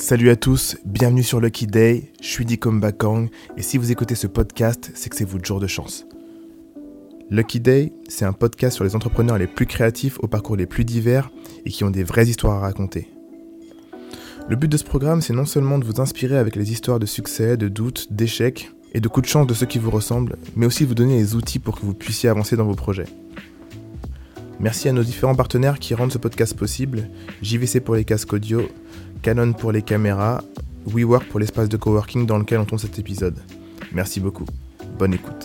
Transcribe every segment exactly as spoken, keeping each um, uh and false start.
Salut à tous, bienvenue sur Lucky Day, je suis Dikom Bakang et si vous écoutez ce podcast, c'est que c'est votre jour de chance. Lucky Day, c'est un podcast sur les entrepreneurs les plus créatifs aux parcours les plus divers et qui ont des vraies histoires à raconter. Le but de ce programme, c'est non seulement de vous inspirer avec les histoires de succès, de doutes, d'échecs et de coups de chance de ceux qui vous ressemblent, mais aussi de vous donner les outils pour que vous puissiez avancer dans vos projets. Merci à nos différents partenaires qui rendent ce podcast possible, J V C pour les casques audio, Canon pour les caméras, WeWork pour l'espace de coworking dans lequel on tourne cet épisode. Merci beaucoup. Bonne écoute.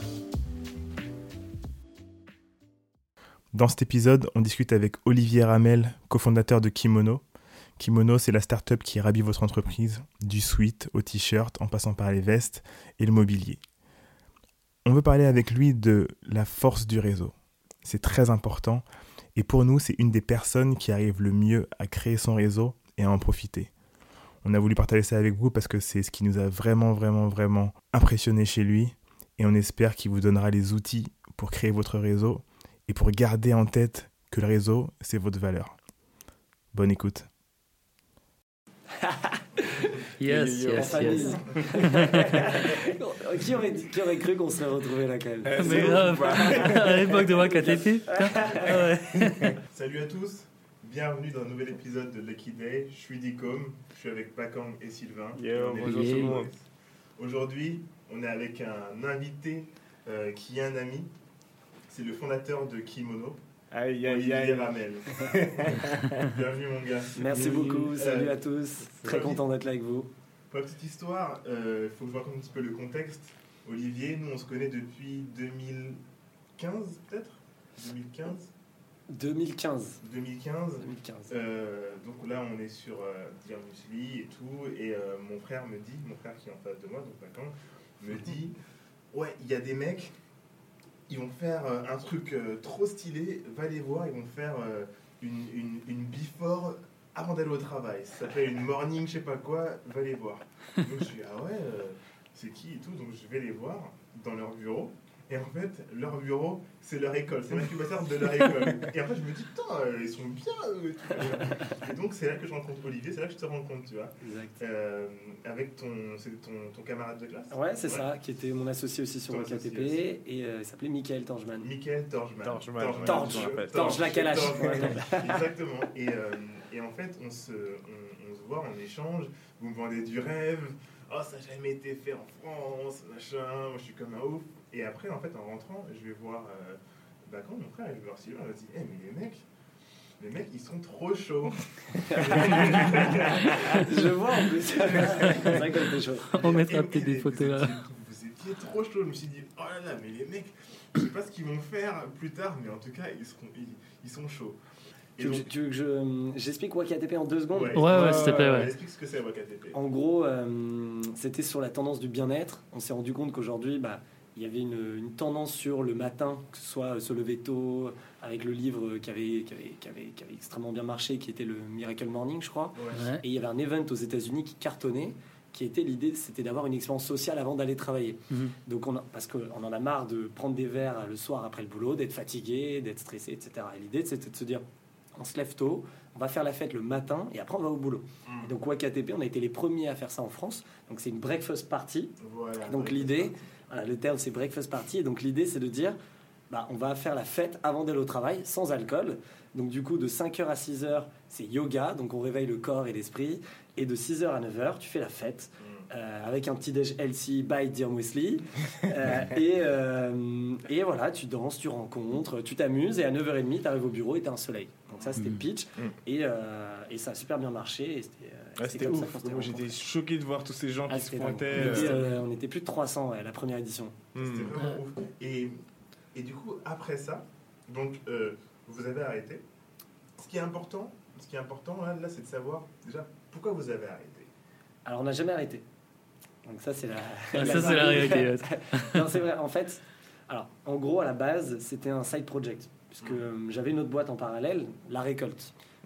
Dans cet épisode, on discute avec Olivier Ramel, cofondateur de Kimono. Kimono, c'est la start-up qui rhabille votre entreprise, du sweat au t-shirt, en passant par les vestes et le mobilier. On veut parler avec lui de la force du réseau. C'est très important et pour nous, c'est une des personnes qui arrive le mieux à créer son réseau et à en profiter. On a voulu partager ça avec vous parce que c'est ce qui nous a vraiment, vraiment, vraiment impressionné chez lui et on espère qu'il vous donnera les outils pour créer votre réseau et pour garder en tête que le réseau, c'est votre valeur. Bonne écoute. Yes, yo, yo, yes, yes. qui, aurait, qui aurait cru qu'on serait retrouvés là quand même? Euh, Mais grave, à l'époque de moi, K T P. Salut à tous, bienvenue dans un nouvel épisode de Lucky Day. Je suis Dikom, je suis avec Bakang et Sylvain. Yo, et bonjour tout le monde. Aujourd'hui, on est avec un invité euh, qui est un ami. C'est le fondateur de Kimono, Aïe, aïe, Olivier aïe. Ramel. Bienvenue mon gars. Merci beaucoup, salut Euh, à tous. Très content d'être là avec vous. Pour la petite histoire, il euh, faut que je vous raconte un petit peu le contexte. Olivier, nous on se connaît depuis deux mille quinze peut-être deux mille quinze deux mille quinze. deux mille quinze. deux mille quinze. Euh, donc là on est sur euh, Dear Musli et tout, et euh, mon frère me dit, mon frère qui est en face de moi, donc Bakang, me dit ouais, il y a des mecs, ils vont faire euh, un truc euh, trop stylé, va les voir, ils vont faire euh, une, une, une before avant d'aller au travail. Ça s'appelle une morning, je sais pas quoi, va les voir. Donc je suis ah ouais, euh, c'est qui et tout, donc je vais les voir dans leur bureau. Et en fait, leur bureau, c'est leur école, c'est l'incubateur de leur école. Et après, je me dis, putain, euh, ils sont bien, eux, et tout. Et donc, c'est là que je rencontre Olivier, c'est là que je te rencontre, tu vois. Exact. Euh, avec ton, c'est ton, ton camarade de classe. Ouais, c'est ça, qui était mon associé aussi sur Ton le K T associé P, aussi. et euh, il s'appelait Michael Torgeman. Michael Torgeman. Torgeman. Torge. je rappelle. Torge la calache. Torge. Exactement. Et, euh, et en fait, on se, on, on se voit, on échange, vous me vendez du rêve. Oh, ça n'a jamais été fait en France, machin, moi je suis comme un ouf. Et après, en fait, en rentrant, je vais voir euh, Bakang, mon frère, et je vais voir Sylvain, il m'a dit, eh, mais les mecs, les mecs, ils sont trop chauds. Je vois en plus. C'est vrai qu'on était chaud. On mettra Et- peut-être et des photos là. Vous étiez, vous étiez trop chauds. Je me suis dit, oh là là, mais les mecs, je sais pas ce qu'ils vont faire plus tard, mais en tout cas, ils, seront, ils, ils sont chauds. Et Tu veux, donc- que je- tu veux que je, j'explique K T P en deux secondes? Ouais, ouais, s'il te plaît, ouais. Explique ce que c'est W K T P. En gros, euh, c'était sur la tendance du bien-être. On s'est rendu compte qu'aujourd'hui, bah, il y avait une, une tendance sur le matin, que ce soit se lever tôt, avec le livre qui avait, qui avait, qui avait, qui avait extrêmement bien marché, qui était le Miracle Morning, je crois. Ouais. Ouais. Et il y avait un event aux États-Unis qui cartonnait, qui était l'idée, c'était d'avoir une expérience sociale avant d'aller travailler. Mhm. Donc, on a, parce qu'on en a marre de prendre des verres le soir après le boulot, d'être fatigué, d'être stressé, et cetera. Et l'idée, c'était de se dire, on se lève tôt, on va faire la fête le matin et après on va au boulot. Mm. Et donc W K T P, on a été les premiers à faire ça en France. Donc c'est une breakfast party. Voilà. Donc l'idée, voilà, le terme c'est breakfast party. Et donc l'idée c'est de dire, bah, on va faire la fête avant d'aller au travail, sans alcool. Donc du coup de cinq heures à six heures, c'est yoga, donc on réveille le corps et l'esprit. Et de six heures à neuf heures, tu fais la fête. Euh, avec un petit déj healthy by Dear Musli. Euh, et, euh, et voilà, tu danses, tu rencontres, tu t'amuses. Et à neuf heures trente, tu arrives au bureau et tu as un soleil. Donc ça, c'était le pitch. Mm. Et, euh, et ça a super bien marché. Et c'était, euh, Ouais, c'était comme ça ouf. qu'on s'était Moi, j'étais rencontrés. choqué de voir tous ces gens Ah, qui se c'était dingue. pointaient. On était, euh, euh, on était plus de trois cents ouais, à la première édition. hmm. C'était vraiment ouf. Et, et du coup, après ça, donc, euh, vous avez arrêté. Ce qui est important, ce qui est important là, là, c'est de savoir déjà pourquoi vous avez arrêté. Alors, on n'a jamais arrêté. Donc ça, c'est la... Ah, ça, c'est la réalité. Non, c'est vrai. En fait, alors, en gros, à la base, c'était un side project. Puisque euh, j'avais une autre boîte en parallèle, La Récolte.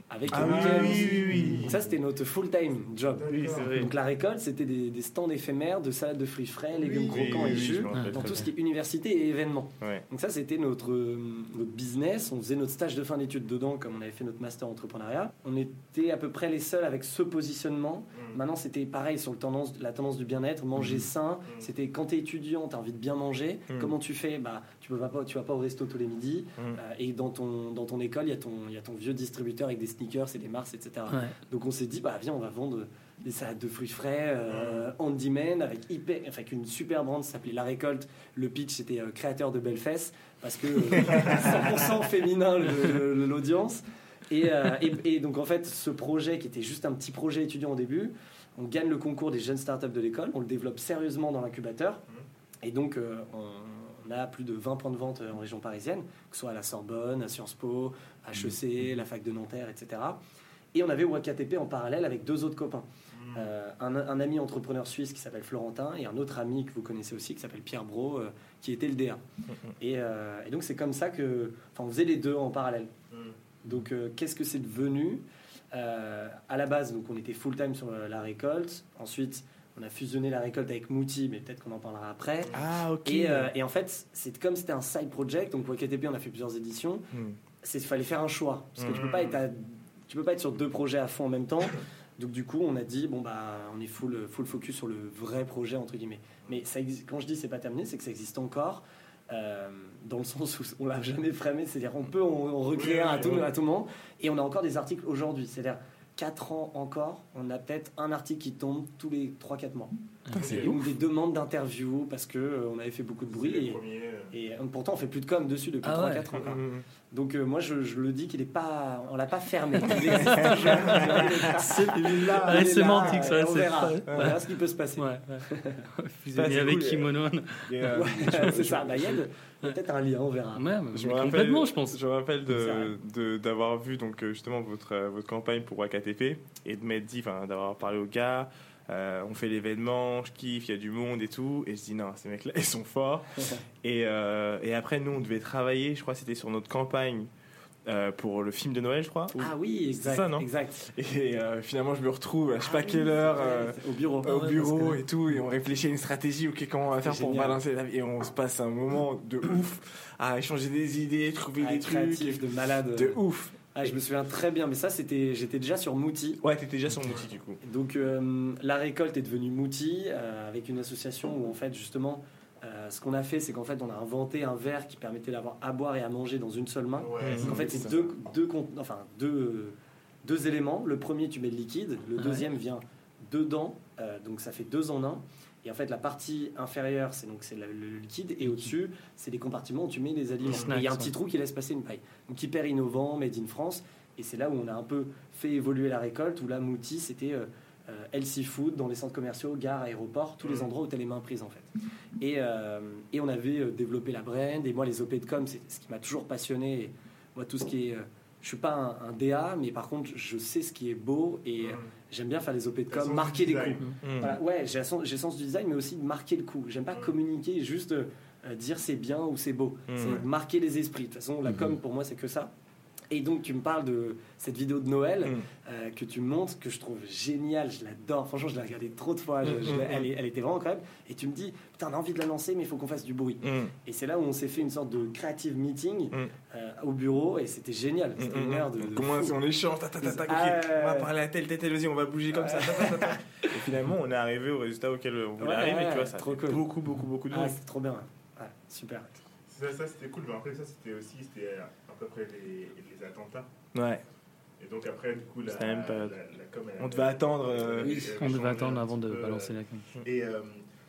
avec Ah le oui, week-end. oui, oui, oui. Donc ça, c'était notre full-time job. Oui, c'est vrai. Donc la récolte, c'était des, des stands éphémères de salades de fruits frais, légumes Oui, croquants oui, et oui, jus, je me rappelle dans très tout ce bien. qui est université et événements. Ouais. Donc ça, c'était notre, euh, notre business. On faisait notre stage de fin d'études dedans, comme on avait fait notre master entrepreneuriat. On était à peu près les seuls avec ce positionnement. Mm. Maintenant, c'était pareil sur le tendance, la tendance du bien-être, manger Mm. sain. Mm. C'était quand tu es étudiant, tu as envie de bien manger. Mm. Comment tu fais bah, Tu ne vas pas, tu vas pas au resto tous les midis. Mm. Euh, et dans ton, dans ton école, il y, a ton- il y a ton vieux distributeur avec des sneakers et des Mars, et cetera. Ouais. Donc on s'est dit, bah, viens, on va vendre des salades de fruits frais euh, on demand avec, hyper, enfin, avec une super brand qui s'appelait La Récolte. Le pitch, c'était euh, créateur de belles fesses parce que euh, cent pour cent féminin le- le- l'audience. Et, euh, et, et donc en fait, ce projet qui était juste un petit projet étudiant au début, on gagne le concours des jeunes startups de l'école, on le développe sérieusement dans l'incubateur. Et donc euh, on, on a plus de vingt points de vente en région parisienne, que ce soit à la Sorbonne, à Sciences Po, H E C, la fac de Nanterre, et cetera. Et on avait Wakatp en parallèle avec deux autres copains. Euh, un, un ami entrepreneur suisse qui s'appelle Florentin et un autre ami que vous connaissez aussi qui s'appelle Pierre Bro, euh, qui était le D A. Et, euh, et donc c'est comme ça que, enfin, on faisait les deux en parallèle. Donc euh, qu'est-ce que c'est devenu euh, À la base, donc on était full time sur euh, la récolte. Ensuite, on a fusionné la récolte avec Mouti, mais peut-être qu'on en parlera après. Ah, ok. Et, euh, et en fait, c'est comme c'était un side project. Donc Wakatp, on a fait plusieurs éditions. Mm. C'est fallait faire un choix parce que tu Mm. peux pas être à- tu peux pas être sur deux projets à fond en même temps. Donc du coup, on a dit bon bah on est full full focus sur le vrai projet entre guillemets. Mais ça exi- quand je dis c'est pas terminé, c'est que ça existe encore euh, dans le sens où on l'a jamais framé, c'est-à-dire on peut en, en recréer Oui, un à oui, tout oui. à tout moment et on a encore des articles aujourd'hui, c'est-à-dire quatre ans encore, on a peut-être un article qui tombe tous les trois quatre mois. Putain, c'est Et ou des demandes d'interviews parce que euh, on avait fait beaucoup de bruit et, et euh, pourtant on fait plus de com dessus depuis Ah trois ouais. quatre ans. quoi. Mm. Donc euh, moi je, je le dis qu'il est pas, on l'a pas fermé. Il existe toujours. C'est Il est là, Ah, il est sémantique, là, ça, et on c'est verra. pas- On verra ce qui peut se passer. Ouais, ouais. Fusionné c'est avec cool. Kimono. Et, euh, Ouais, c'est ça. Bah, il y a de- peut-être un lien, on verra. Ouais, mais Je me mais rappelle- complètement, je pense. Je me rappelle C'est de, vrai. de- d'avoir vu donc euh, justement votre, euh, votre campagne pour Wakatp et de m'être dit, enfin d'avoir parlé aux gars, euh, on fait l'événement, je kiffe, il y a du monde et tout, et je dis non, ces mecs-là ils sont forts. et, euh, et après nous on devait travailler, je crois que c'était sur notre campagne euh, pour le film de Noël, je crois. Ah oui, exact. ça, non exact. Et euh, finalement je me retrouve à je sais pas Ah quelle oui, heure. c'est vrai, euh, au bureau. au ouais, bureau parce que- et tout, et on réfléchit à une stratégie, ok, comment on va faire C'est pour génial. balancer la... Et on se passe un moment de ouf à échanger des idées, trouver Ah, des créatif, trucs de malade. de ouf. Ah, je me souviens très bien, mais ça c'était, j'étais déjà sur Mouti. Ouais, t'étais déjà sur mon outil du coup. Donc euh, la récolte est devenue Mouti euh, avec une association où en fait justement euh, ce qu'on a fait c'est qu'en fait on a inventé un verre qui permettait d'avoir à boire et à manger dans une seule main. Ouais, En fait c'est deux, deux, cont- enfin, deux, deux éléments. Le premier tu mets le liquide, le Ouais. deuxième vient dedans, euh, donc ça fait deux en un. Et en fait la partie inférieure c'est donc c'est le, le liquide et au-dessus c'est des compartiments où tu mets les aliments. Les snacks, et il y a un ouais. petit trou qui laisse passer une paille. Donc hyper innovant, made in France. Et c'est là où on a un peu fait évoluer la récolte, où là Mouti c'était euh, euh, healthy food dans les centres commerciaux, gares, aéroports, tous les endroits où tu as les mains prises en fait. Et, euh, et on avait euh, développé la brand, et moi les O P de com, c'est ce qui m'a toujours passionné. Et moi tout ce qui est... euh, je suis pas un, un D A, mais par contre je sais ce qui est beau, et euh, j'aime bien faire les O P de com, marquer les coups. Mmh. Voilà, ouais, j'ai le sens j'ai le sens du design, mais aussi de marquer le coup. J'aime pas communiquer, juste euh, dire c'est bien ou c'est beau. Mmh. C'est marquer les esprits. De toute façon, la com pour moi c'est que ça. Et donc tu me parles de cette vidéo de Noël Mmh. euh, que tu me montres, que je trouve géniale, je l'adore. Franchement, je l'ai regardée trop de fois. Je- je Mmh. l'ai- elle, est- elle était vraiment incroyable. Et tu me dis, putain, on a envie de la lancer, mais il faut qu'on fasse du bruit. Mmh. Et c'est là où on s'est fait une sorte de creative meeting Mmh. euh, au bureau, et c'était génial. C'était une heure de. de Comment fou. on échange, ta, ta, ta, ta, ok, Ah, on va ouais. parler à tel, tel, tel, vas-y, on va bouger comme ça. ta, ta, ta, ta. Et finalement, on est arrivé au résultat auquel on voulait Ouais, arriver, ouais, tu vois, ça a trop fait cool. beaucoup, beaucoup, beaucoup de Ah, monde. c'était trop bien. Ouais. Ouais, super. Ça, ça c'était cool, mais après ça c'était aussi c'était à peu près les, les attentats. Ouais, Et donc après du coup la, C'était la même la, période. la com, elle on a- devait attendre. euh, Oui, elle On avait devait changé attendre un avant petit de peu, balancer la euh, com. Et euh,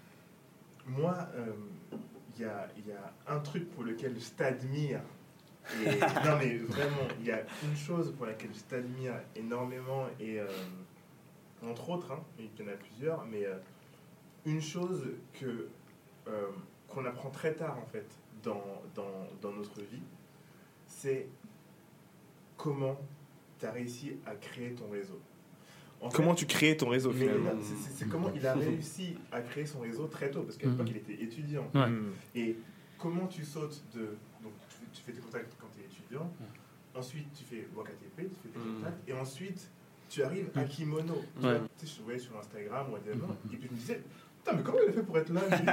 moi, il y, a, y a un truc pour lequel je t'admire. Et, non mais vraiment, il y a une chose pour laquelle je t'admire énormément et euh, entre autres, hein, il y en a plusieurs, mais euh, une chose que euh, qu'on apprend très tard en fait dans, dans, dans notre vie, c'est comment tu as réussi à créer ton réseau. En Comment fait, tu crées ton réseau mais finalement c'est- c'est- c'est comment il a réussi à créer son réseau très tôt, parce qu'à l'époque Mhm. il était étudiant. Ouais. Mmh. Et comment tu sautes de. Donc tu fais, tu fais tes contacts quand tu es étudiant. ensuite tu fais Waka T P, tu fais tes Mm. contacts, et ensuite tu arrives à Kimono. Tu Ouais. vois, tu sais, je te voyais sur Instagram ou whatever, et puis je me disais, putain, mais comment il a fait pour être là lui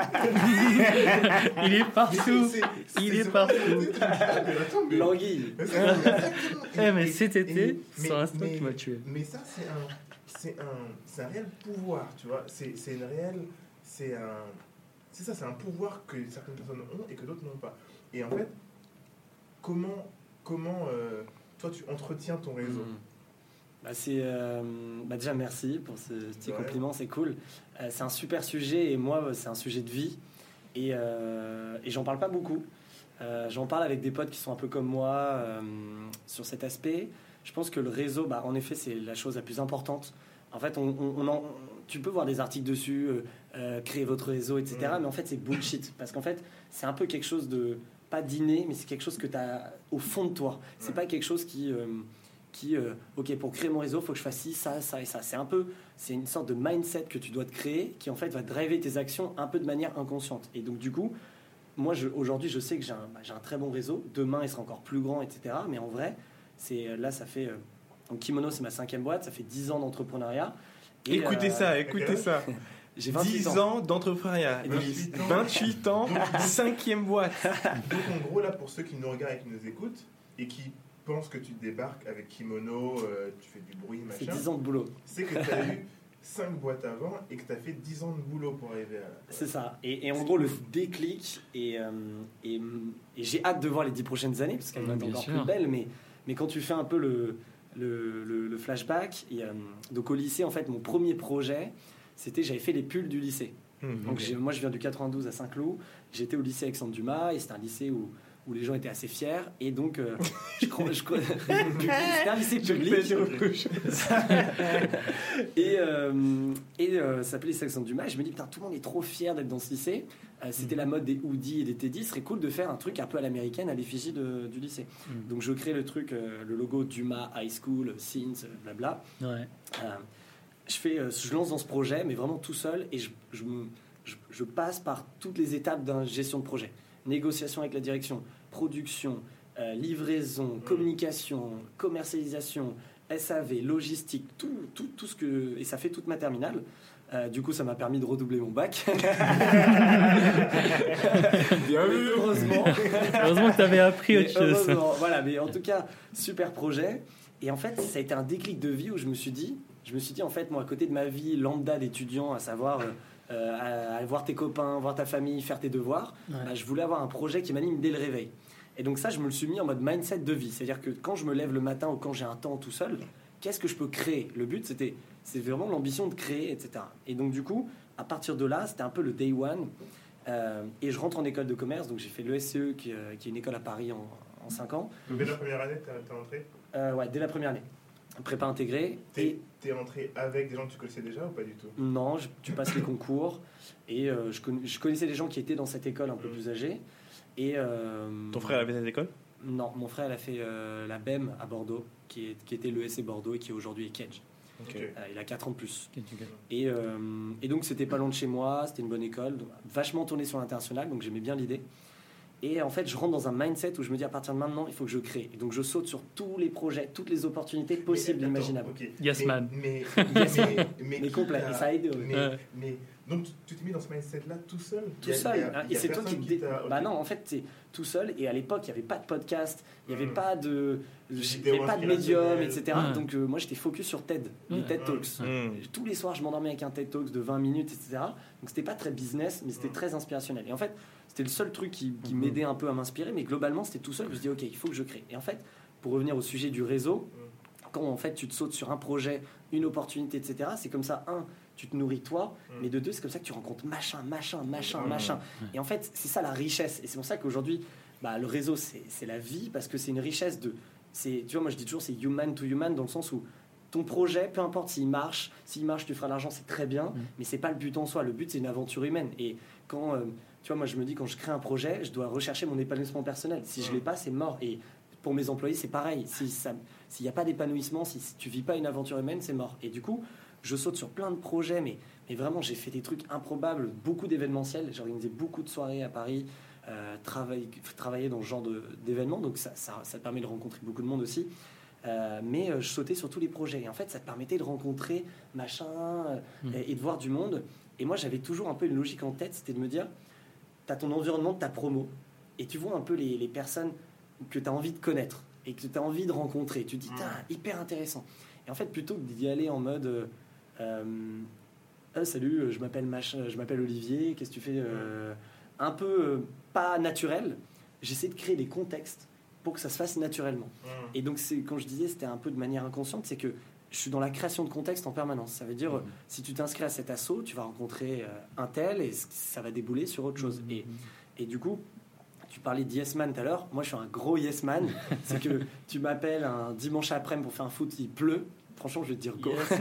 Il est Mais partout. c'est- c'est- Il c'est est vraiment- partout. Mais attends, mais- L'anguille. mais c'est exactement- Eh, mais et- cet et- été, mais- sur Insta, mais- tu m'as tué. Mais ça, c'est un, c'est un, c'est un réel pouvoir, tu vois. C'est, c'est une réelle, c'est un, c'est ça, c'est un pouvoir que certaines personnes ont et que d'autres n'ont pas. Et en fait, comment, comment, euh, toi, tu entretiens ton réseau. Mm. Bah, c'est, euh, bah déjà, merci pour ce petit Ouais. compliment, c'est cool. Euh, c'est un super sujet et moi, c'est un sujet de vie. Et, euh, et j'en parle pas beaucoup. Euh, j'en parle avec des potes qui sont un peu comme moi euh, sur cet aspect. Je pense que le réseau, bah, en effet, c'est la chose la plus importante. En fait, on, on- on en- tu peux voir des articles dessus, euh, euh, créer votre réseau, et cetera. Mm. Mais en fait, c'est bullshit. Parce qu'en fait, c'est un peu quelque chose de, pas d'inné, mais c'est quelque chose que tu as au fond de toi. C'est Ouais. pas quelque chose qui... euh, qui, euh, ok, pour créer mon réseau, il faut que je fasse ci, ça, ça et ça. C'est un peu, c'est une sorte de mindset que tu dois te créer qui en fait va driver tes actions un peu de manière inconsciente. Et donc du coup, moi je, aujourd'hui, je sais que j'ai un, bah, j'ai un très bon réseau. Demain, il sera encore plus grand, et cetera. Mais en vrai, c'est là, ça fait euh, donc Kimono, c'est ma cinquième boîte, ça fait dix ans d'entrepreneuriat. Et, Écoutez euh, ça, écoutez ça. J'ai vingt-huit dix ans. ans d'entrepreneuriat. Et vingt-huit ans. vingt-huit ans, cinquième boîte. Donc, en gros, là, pour ceux qui nous regardent et qui nous écoutent et qui pensent que tu débarques avec Kimono, euh, tu fais du bruit, C'est machin, dix ans de boulot. c'est que tu as eu cinq boîtes avant et que tu as fait dix ans de boulot pour arriver à. C'est ça. Et, et en gros, le déclic, et, euh, et, et j'ai hâte de voir les dix prochaines années, parce qu'elles Mmh, vont être bien encore sûr. plus belles, mais, mais quand tu fais un peu le, le, le- le flashback, et, euh, donc au lycée, en fait, mon premier projet, c'était, j'avais fait les pulls du lycée. Donc j'ai- moi, je viens du quatre-vingt-douze à Saint-Cloud, j'étais au lycée Alexandre Dumas, et c'était un lycée où, où les gens étaient assez fiers, et donc, euh, je crois... je crois- c'était un lycée public. Et, euh, et euh, ça s'appelait Alexandre Dumas. Et je me dis, putain, tout le monde est trop fier d'être dans ce lycée. Euh, c'était la mode des hoodies et des teddy. Ce serait cool de faire un truc un peu à l'américaine à l'effigie de- du lycée. Mm. Donc je crée le truc, euh, le logo Dumas High School, Sins, euh, blabla. Ouais. Euh, je, fais, euh, je lance dans ce projet, mais vraiment tout seul. Et je, je, me- je- je passe par toutes les étapes d'une gestion de projet. Négociation avec la direction, production, euh, livraison, communication, commercialisation, S A V, logistique, tout, tout, tout ce que... Et ça fait toute ma terminale. Euh, du coup, ça m'a permis de redoubler mon bac. Bien Mais vu. heureusement. Heureusement que tu avais appris Mais autre chose. heureusement, voilà, mais en tout cas, super projet. Et en fait, ça a été un déclic de vie où je me suis dit, je me suis dit en fait, moi, à côté de ma vie lambda d'étudiant, à savoir euh, euh, aller voir tes copains, voir ta famille, faire tes devoirs, Ouais. bah, je voulais avoir un projet qui m'anime dès le réveil. Et donc ça, je me le suis mis en mode mindset de vie. C'est-à-dire que quand je me lève le matin ou quand j'ai un temps tout seul, qu'est-ce que je peux créer? Le but, c'était, c'est vraiment l'ambition de créer, et cetera. Et donc du coup, à partir de là, c'était un peu le day one. Euh, et je rentre en école de commerce, donc j'ai fait l'E S C E, qui, euh, qui est une école à Paris en, en cinq ans. Donc, dès la première année, t'es t'es entré Euh, ouais, dès la première année. Prépa intégrée. T'es Et t'es entré avec des gens que tu connaissais déjà ou pas du tout? non, je- tu passes les concours. Et euh, je, conna- je connaissais des gens qui étaient dans cette école un peu plus âgés. Et, euh, Ton frère avait cette école? Non, mon frère, il a fait euh, la B E M à Bordeaux, qui, est, qui était l'E S C Bordeaux et qui aujourd'hui est Kedge. Ok. Euh, il a quatre ans de plus. Ok, ok. Et, euh, et donc, c'était pas loin de chez moi, c'était une bonne école, donc, vachement tourné sur l'international, donc j'aimais bien l'idée. Et en fait, je rentre dans un mindset où je me dis à partir de maintenant, il faut que je crée. Et donc, je saute sur tous les projets, toutes les opportunités possibles, Mais attends, imaginables. ok. Yes, mais, man. Mais, Yes, mais, mais, Mais qui complet, t'a- et ça a aidé. oui. Mais, Ouais. mais- donc tu- tu t'es mis dans ce mindset-là tout seul? Tout Il y a- seul. il y a- hein, il y et a c'est toi qui. personne dé- t'a- Bah ok. non, en fait, c'est tout seul. Et à l'époque, il n'y avait pas de podcast, il n'y avait Mm. pas de. Il Vidéo n'y avait pas de médium, et inspirationnelle. cetera. Ouais. Donc, euh, moi, j'étais focus sur TED, les Ouais. TED Ouais. Talks. Hmm. Tous les soirs, je m'endormais avec un TED Talks de vingt minutes, et cetera. Donc, c'était pas très business, mais c'était Mm. très inspirationnel. Et en fait, c'était le seul truc qui, qui Mhm. m'aidait un peu à m'inspirer, mais globalement, c'était tout seul. Je me suis dit, OK, il faut que je crée. Et en fait, pour revenir au sujet du réseau, quand en fait tu te sautes sur un projet, une opportunité, et cetera, c'est comme ça, un, tu te nourris toi, Mm. mais de deux, c'est comme ça que tu rencontres machin, machin, machin, Mm. machin. Et en fait, c'est ça la richesse. Et c'est pour ça qu'aujourd'hui, bah, le réseau, c'est c'est la vie, parce que c'est une richesse de. c'est- Tu vois, moi je dis toujours, c'est human to human, dans le sens où ton projet, peu importe s'il marche, s'il marche, tu feras l'argent, c'est très bien, Mm. mais c'est pas le but en soi. Le but, c'est une aventure humaine. Et quand, euh, tu vois, moi je me dis, quand je crée un projet, je dois rechercher mon épanouissement personnel. Si je Mm. l'ai pas, c'est mort. Et pour mes employés, c'est pareil. Si ça, s'il n'y a pas d'épanouissement, si, si tu vis pas une aventure humaine, c'est mort. Et du coup, je saute sur plein de projets, mais, mais vraiment, j'ai fait des trucs improbables, beaucoup d'événementiels. J'ai organisé beaucoup de soirées à Paris. euh, travailler, travailler dans ce genre de, d'événements, donc ça, ça, ça te permet de rencontrer beaucoup de monde aussi. Euh, mais euh, je sautais sur tous les projets. Et en fait, ça te permettait de rencontrer machin euh, Mmh. et, et de voir du monde. Et moi, j'avais toujours un peu une logique en tête, c'était de me dire, tu as ton environnement de ta promo, et tu vois un peu les, les personnes que tu as envie de connaître et que tu as envie de rencontrer. Tu te dis, putain, hyper intéressant. Et en fait, plutôt que d'y aller en mode, euh, euh, Ah, salut, je m'appelle machin, je m'appelle Olivier, qu'est-ce que tu fais euh, un peu euh, pas naturel, j'essaie de créer des contextes pour que ça se fasse naturellement. Mmh. Et donc, c'est, quand je disais c'était un peu de manière inconsciente, c'est que je suis dans la création de contexte en permanence. Ça veut dire, Mmh. euh, si tu t'inscris à cet assaut, tu vas rencontrer euh, un tel et c- ça va débouler sur autre chose. Mmh. Et, et du coup, tu parlais de yes man tout à l'heure. Moi, je suis un gros yes man. C'est que tu m'appelles un dimanche après-midi pour faire un foot, il pleut. Franchement, je vais te dire go. Yes,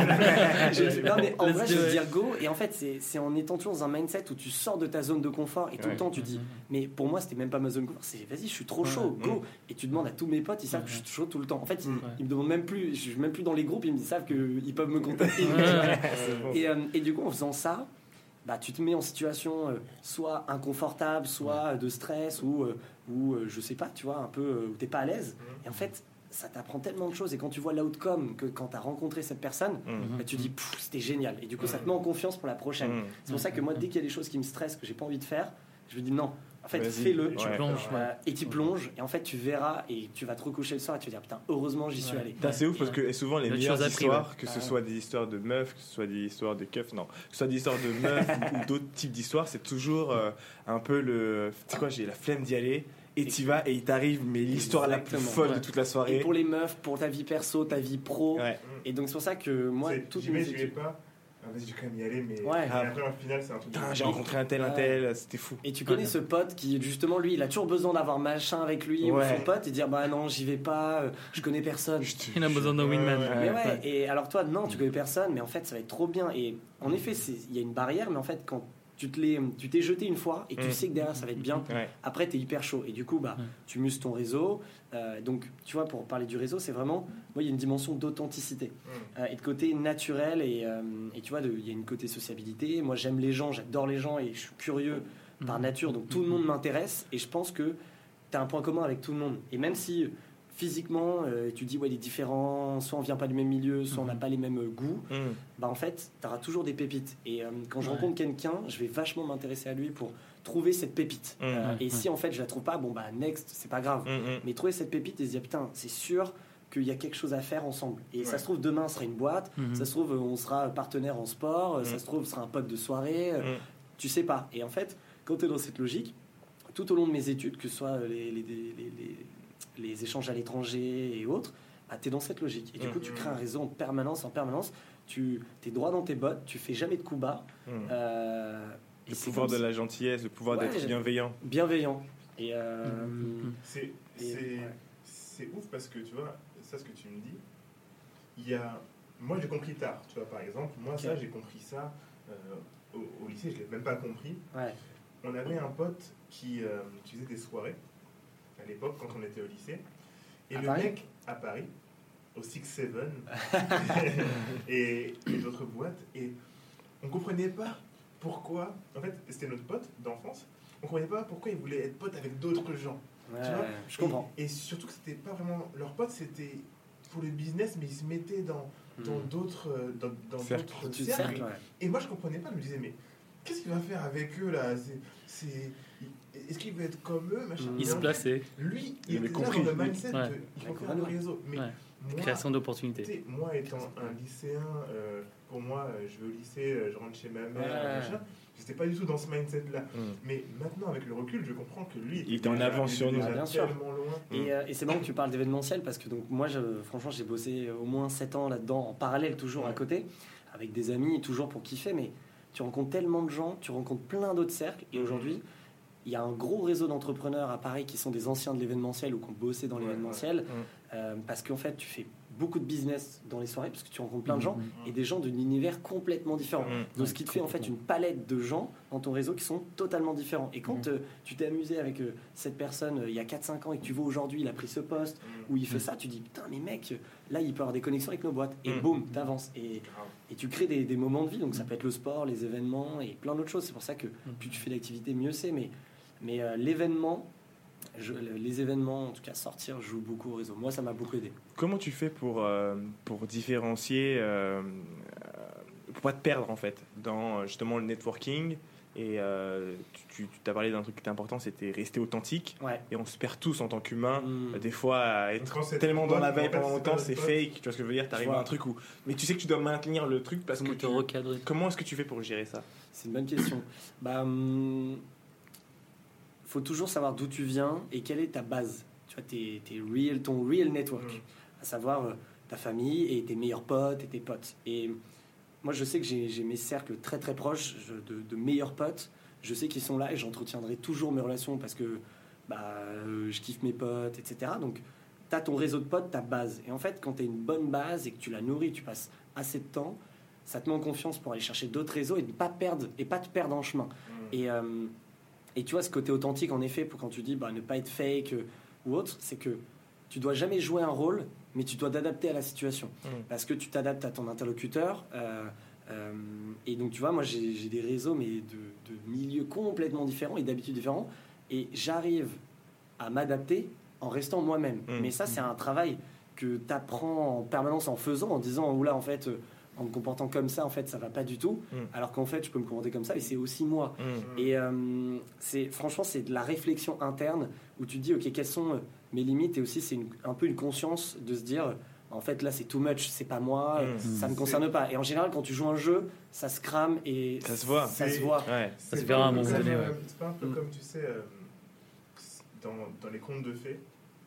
man. Je- non, mais en Let's vrai, do je vais te it. dire go. Et en fait, c'est, c'est en étant toujours dans un mindset où tu sors de ta zone de confort et tout Ouais. le temps tu dis, mais pour moi, c'était même pas ma zone de confort. C'est vas-y, je suis trop Ouais. chaud, go. Mm. Et tu demandes à tous mes potes, ils savent Ouais. que je suis chaud tout le temps. En fait, ils, Mm. ils me demandent même plus, je suis même plus dans les groupes, ils me savent qu'ils peuvent me contacter. Ouais. Et, euh, et du coup, en faisant ça, bah, tu te mets en situation euh, soit inconfortable, soit de stress, ou, euh, ou euh, je sais pas, tu vois, un peu euh, où t'es pas à l'aise. Et en fait, ça t'apprend tellement de choses. Et quand tu vois l'outcome, que quand tu as rencontré cette personne, Mmh. bah, tu dis, Pff, c'était génial. Et du coup, ça te met en confiance pour la prochaine. Mmh. C'est pour ça que moi, dès qu'il y a des choses qui me stressent, que j'ai pas envie de faire, je me dis non. En fait, Vas-y. fais-le. Tu Ouais. plonges. Euh, Ouais. et tu plonges. Et en fait, tu verras. Et tu vas te recoucher le soir et tu vas dire, putain, heureusement, j'y suis Ouais. allé. Putain, c'est ouf parce que et souvent les D'autres meilleures choses appris, histoires, ouais. que ce Ah. soit des histoires de meufs, que ce soit des histoires de keufs, non, que ce soit des histoires de meufs ou, ou d'autres types d'histoires, c'est toujours euh, un peu le. Tu sais quoi, j'ai la flemme d'y aller et t'y vas et il t'arrive, mais l'histoire la plus Exactement. folle Ouais. de toute la Et soirée. pour les meufs, pour ta vie perso, ta vie pro. Ouais. Et donc, c'est pour ça que moi, C'est- toutes j'y vais, mes j'y vais études. pas. Ah, vas-y, je vais quand même y aller, mais Ouais. mais après, en finale, c'est un truc. Putain, de- j'ai rencontré un tel, un Ouais. tel, c'était fou. Et tu connais Ouais. ce pote qui, justement, lui, il a toujours besoin d'avoir machin avec lui ou Ouais. son pote et dire, bah non, j'y vais pas, euh, je connais personne. Il a besoin d'un Ouais, wingman. ouais, Mais ouais, et alors toi, non, tu connais personne, mais en fait, ça va être trop bien. Et en effet, c'est- il y a une barrière, mais en fait, quand tu, te l'es, tu t'es jeté une fois et que tu Mm. sais que derrière, ça va être bien, Ouais. après, tu es hyper chaud. Et du coup, bah, Ouais. tu muses ton réseau. Euh, donc, tu vois, pour parler du réseau, c'est vraiment, moi, il y a une dimension d'authenticité Mm. euh, et de côté naturel. Et, euh, et tu vois, de- il y a une côté sociabilité. Moi, j'aime les gens, j'adore les gens et je suis curieux par nature. Donc, tout le monde m'intéresse et je pense que tu as un point commun avec tout le monde. Et même si euh, physiquement, euh, tu dis, ouais, il est différent, soit on vient pas du même milieu, soit on n'a Mhm. pas les mêmes euh, goûts, Mmh. bah en fait, tu auras toujours des pépites. Et euh, quand je Ouais. rencontre quelqu'un, je vais vachement m'intéresser à lui pour trouver cette pépite. Mhm. Euh, et Ouais. si en fait je la trouve pas, bon bah next, c'est pas grave. Mmh. Mais trouver cette pépite et se dire, putain, c'est sûr qu'il y a quelque chose à faire ensemble. Et ça Ouais. se trouve, demain, on sera une boîte, Mhm. ça se trouve, on sera partenaire en sport, Mhm. ça se trouve, on sera un pote de soirée, euh, Mhm. tu sais pas. Et en fait, quand tu es dans cette logique, tout au long de mes études, que ce soit les, les, les, les- les échanges à l'étranger et autres, bah, tu es dans cette logique. Et du Mhm. coup, tu crées un réseau en permanence, en permanence, tu es droit dans tes bottes, tu fais jamais de coups bas. Mmh. euh, et Le c'est pouvoir comme de ça. la gentillesse, le pouvoir Ouais, d'être j'ai- bienveillant. Bienveillant. Et euh, Mhm. C'est Et- c'est- ouais. c'est ouf parce que tu vois, ça ce que tu me dis, il y a. Moi j'ai compris tard, tu vois, par exemple, moi Ok. ça j'ai compris ça euh, au, au lycée, je l'ai même pas compris. ouais. On avait un pote qui, euh, qui faisait des soirées à l'époque quand on était au lycée. Et À le Paris mec à Paris, au Six Seven et, et d'autres boîtes, et on comprenait pas pourquoi. En fait, c'était notre pote d'enfance. On comprenait pas pourquoi il voulait être pote avec d'autres gens. Ouais, Tu vois, je comprends. Et, et surtout que c'était pas vraiment leur pote, c'était pour le business, mais ils se mettaient dans dans Mhm. d'autres euh, dans, dans Cercle. d'autres Tu cercles. cercles, ouais. Et moi je comprenais pas, je me disais mais qu'est-ce qu'il va faire avec eux là C'est c'est est-ce qu'il veut être comme eux machin. Mhm. Il se Non. plaçait. Lui, Il il avait était compris. dans le mindset Ouais. de il faut Ouais, faire le réseau. Mais Ouais. moi, Création tu d'opportunités. sais, moi étant un lycéen, euh, pour moi, euh, je vais au lycée, euh, je rentre chez ma mère, Ouais. machin. J'étais pas du tout dans ce mindset-là. Mmh. Mais maintenant, avec le recul, je comprends que lui, Il était en déjà- avance il sur était nous. déjà Ah, bien sûr. tellement loin. Et, euh, et c'est marrant que tu parles d'événementiel parce que donc moi, je, franchement, j'ai bossé au moins sept ans là-dedans en parallèle, toujours à Ouais. côté, avec des amis, toujours pour kiffer. Mais tu rencontres tellement de gens, tu rencontres plein d'autres cercles. Et aujourd'hui, il y a un gros réseau d'entrepreneurs à Paris qui sont des anciens de l'événementiel ou qui ont bossé dans Ouais, l'événementiel. ouais. Euh, parce qu'en fait, tu fais beaucoup de business dans les soirées parce que tu rencontres plein de gens Mhm. et des gens d'un univers complètement différent. Mmh. Donc, ce qui te fait en fait une palette de gens dans ton réseau qui sont totalement différents. Et quand Mhm. euh, tu t'es amusé avec euh, cette personne euh, il y a quatre cinq ans et que tu vois aujourd'hui, il a pris ce poste où il fait Mhm. ça, tu dis putain, mais mec, là il peut avoir des connexions avec nos boîtes. Et Mhm. boum, t'avances. Et, Grave. et tu crées des, des moments de vie. Donc, ça peut être le sport, les événements et plein d'autres choses. C'est pour ça que plus tu fais d'activités, mieux c'est. Mais Mais euh, l'événement, je, les événements, en tout cas sortir, joue beaucoup au réseau. Moi, ça m'a beaucoup aidé. Comment tu fais pour, euh, pour différencier, euh, pour pas te perdre en fait, dans justement le networking et euh, tu, tu as parlé d'un truc qui était important, c'était rester authentique. Ouais. Et on se perd tous en tant qu'humain. Mmh. Des fois, à être tellement dans la veille pendant longtemps, c'est fake. Tu vois ce que je veux dire? T'arrives à un truc où, mais tu sais que tu dois maintenir le truc parce que te tu... recadrer. Comment est-ce que tu fais pour gérer ça? C'est une bonne question. bah, hum, faut toujours savoir d'où tu viens et quelle est ta base. Tu vois, tes, tes real, ton real network, mmh. à savoir euh, ta famille et tes meilleurs potes et tes potes. Et moi, je sais que j'ai, j'ai mes cercles très très proches je, de, de meilleurs potes. Je sais qu'ils sont là et j'entretiendrai toujours mes relations parce que bah, euh, je kiffe mes potes, et cetera. Donc, tu as ton réseau de potes, ta base. Et en fait, quand tu as une bonne base et que tu la nourris, tu passes assez de temps, ça te met en confiance pour aller chercher d'autres réseaux et ne pas perdre et pas te perdre en chemin. Mmh. Et, euh, et tu vois, ce côté authentique, en effet, pour quand tu dis bah, ne pas être fake euh, ou autre, c'est que tu dois jamais jouer un rôle, mais tu dois t'adapter à la situation. Mmh. Parce que tu t'adaptes à ton interlocuteur. Euh, euh, et donc, tu vois, moi, j'ai, j'ai des réseaux, mais de, de milieux complètement différents et d'habitudes différents. Et j'arrive à m'adapter en restant moi-même. Mmh. Mais ça, c'est un travail que tu apprends en permanence en faisant, en disant, oula, en fait... en me comportant comme ça, en fait, ça va pas du tout. Mm. Alors qu'en fait, je peux me comporter comme ça et c'est aussi moi. Mm. Et euh, c'est, franchement, c'est de la réflexion interne où tu te dis, ok, quelles sont mes limites? Et aussi, c'est une, un peu une conscience de se dire, en fait, là, c'est too much, c'est pas moi, mm. ça me concerne c'est... pas. Et en général, quand tu joues un jeu, ça se crame et ça se voit. Ça se voit. Ouais. Ça se verra à un moment donné. Ouais. C'est pas un peu mm. comme, tu sais, euh, dans, dans les contes de fées,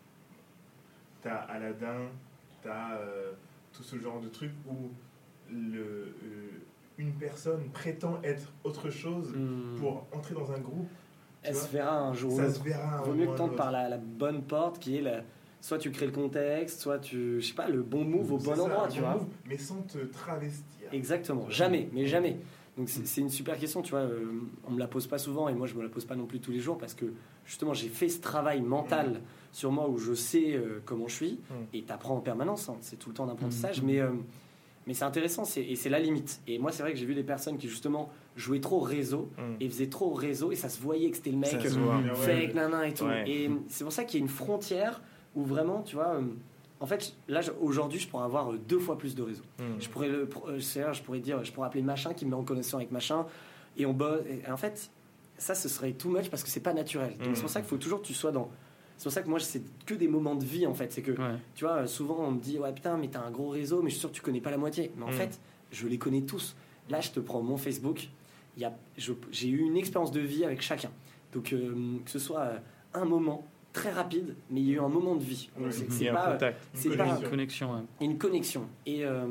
t'as Aladdin, t'as euh, tout ce genre de trucs où Le, euh, une personne prétend être autre chose mmh. pour entrer dans un groupe. Elle se verra un jour. Ça se verra. Vaut mieux que tente par la, la bonne porte qui est la, soit tu crées le contexte, soit tu, je sais pas, le bon move au bon ça, endroit, tu bon vois. Move, mais sans te travestir. Exactement. Jamais, mais jamais. Donc c'est, c'est une super question, tu vois. Euh, on me la pose pas souvent et moi je me la pose pas non plus tous les jours parce que justement j'ai fait ce travail mental mmh. sur moi où je sais euh, comment je suis mmh. et t'apprends en permanence. Hein, c'est tout le temps d'apprentissage, mmh. mais euh, Mais c'est intéressant, c'est, et c'est la limite. Et moi, c'est vrai que j'ai vu des personnes qui, justement, jouaient trop au réseau, mm. et faisaient trop au réseau, et ça se voyait que c'était le mec euh, fake, nanan et tout. Ouais. Et c'est pour ça qu'il y a une frontière où vraiment, tu vois, euh, en fait, là, aujourd'hui, je pourrais avoir deux fois plus de réseaux. Mm. Je pourrais le, c'est-à-dire, je pourrais dire, je pourrais appeler machin qui me met en connexion avec machin, et on bosse. Et en fait, ça, ce serait too much parce que c'est pas naturel. Donc, mm. c'est pour ça qu'il faut toujours que tu sois dans... C'est pour ça que moi, c'est que des moments de vie, en fait. C'est que, ouais. tu vois, souvent, on me dit, ouais, putain, mais t'as un gros réseau, mais je suis sûr que tu connais pas la moitié. Mais en mmh. fait, je les connais tous. Là, je te prends mon Facebook. Y a, je, j'ai eu une expérience de vie avec chacun. Donc, euh, que ce soit euh, un moment très rapide, mais il y a eu un moment de vie. Donc, ouais. c'est, c'est, c'est un pas... contact. C'est une pas connexion. Une connexion, ouais. Une connexion. Et... Euh,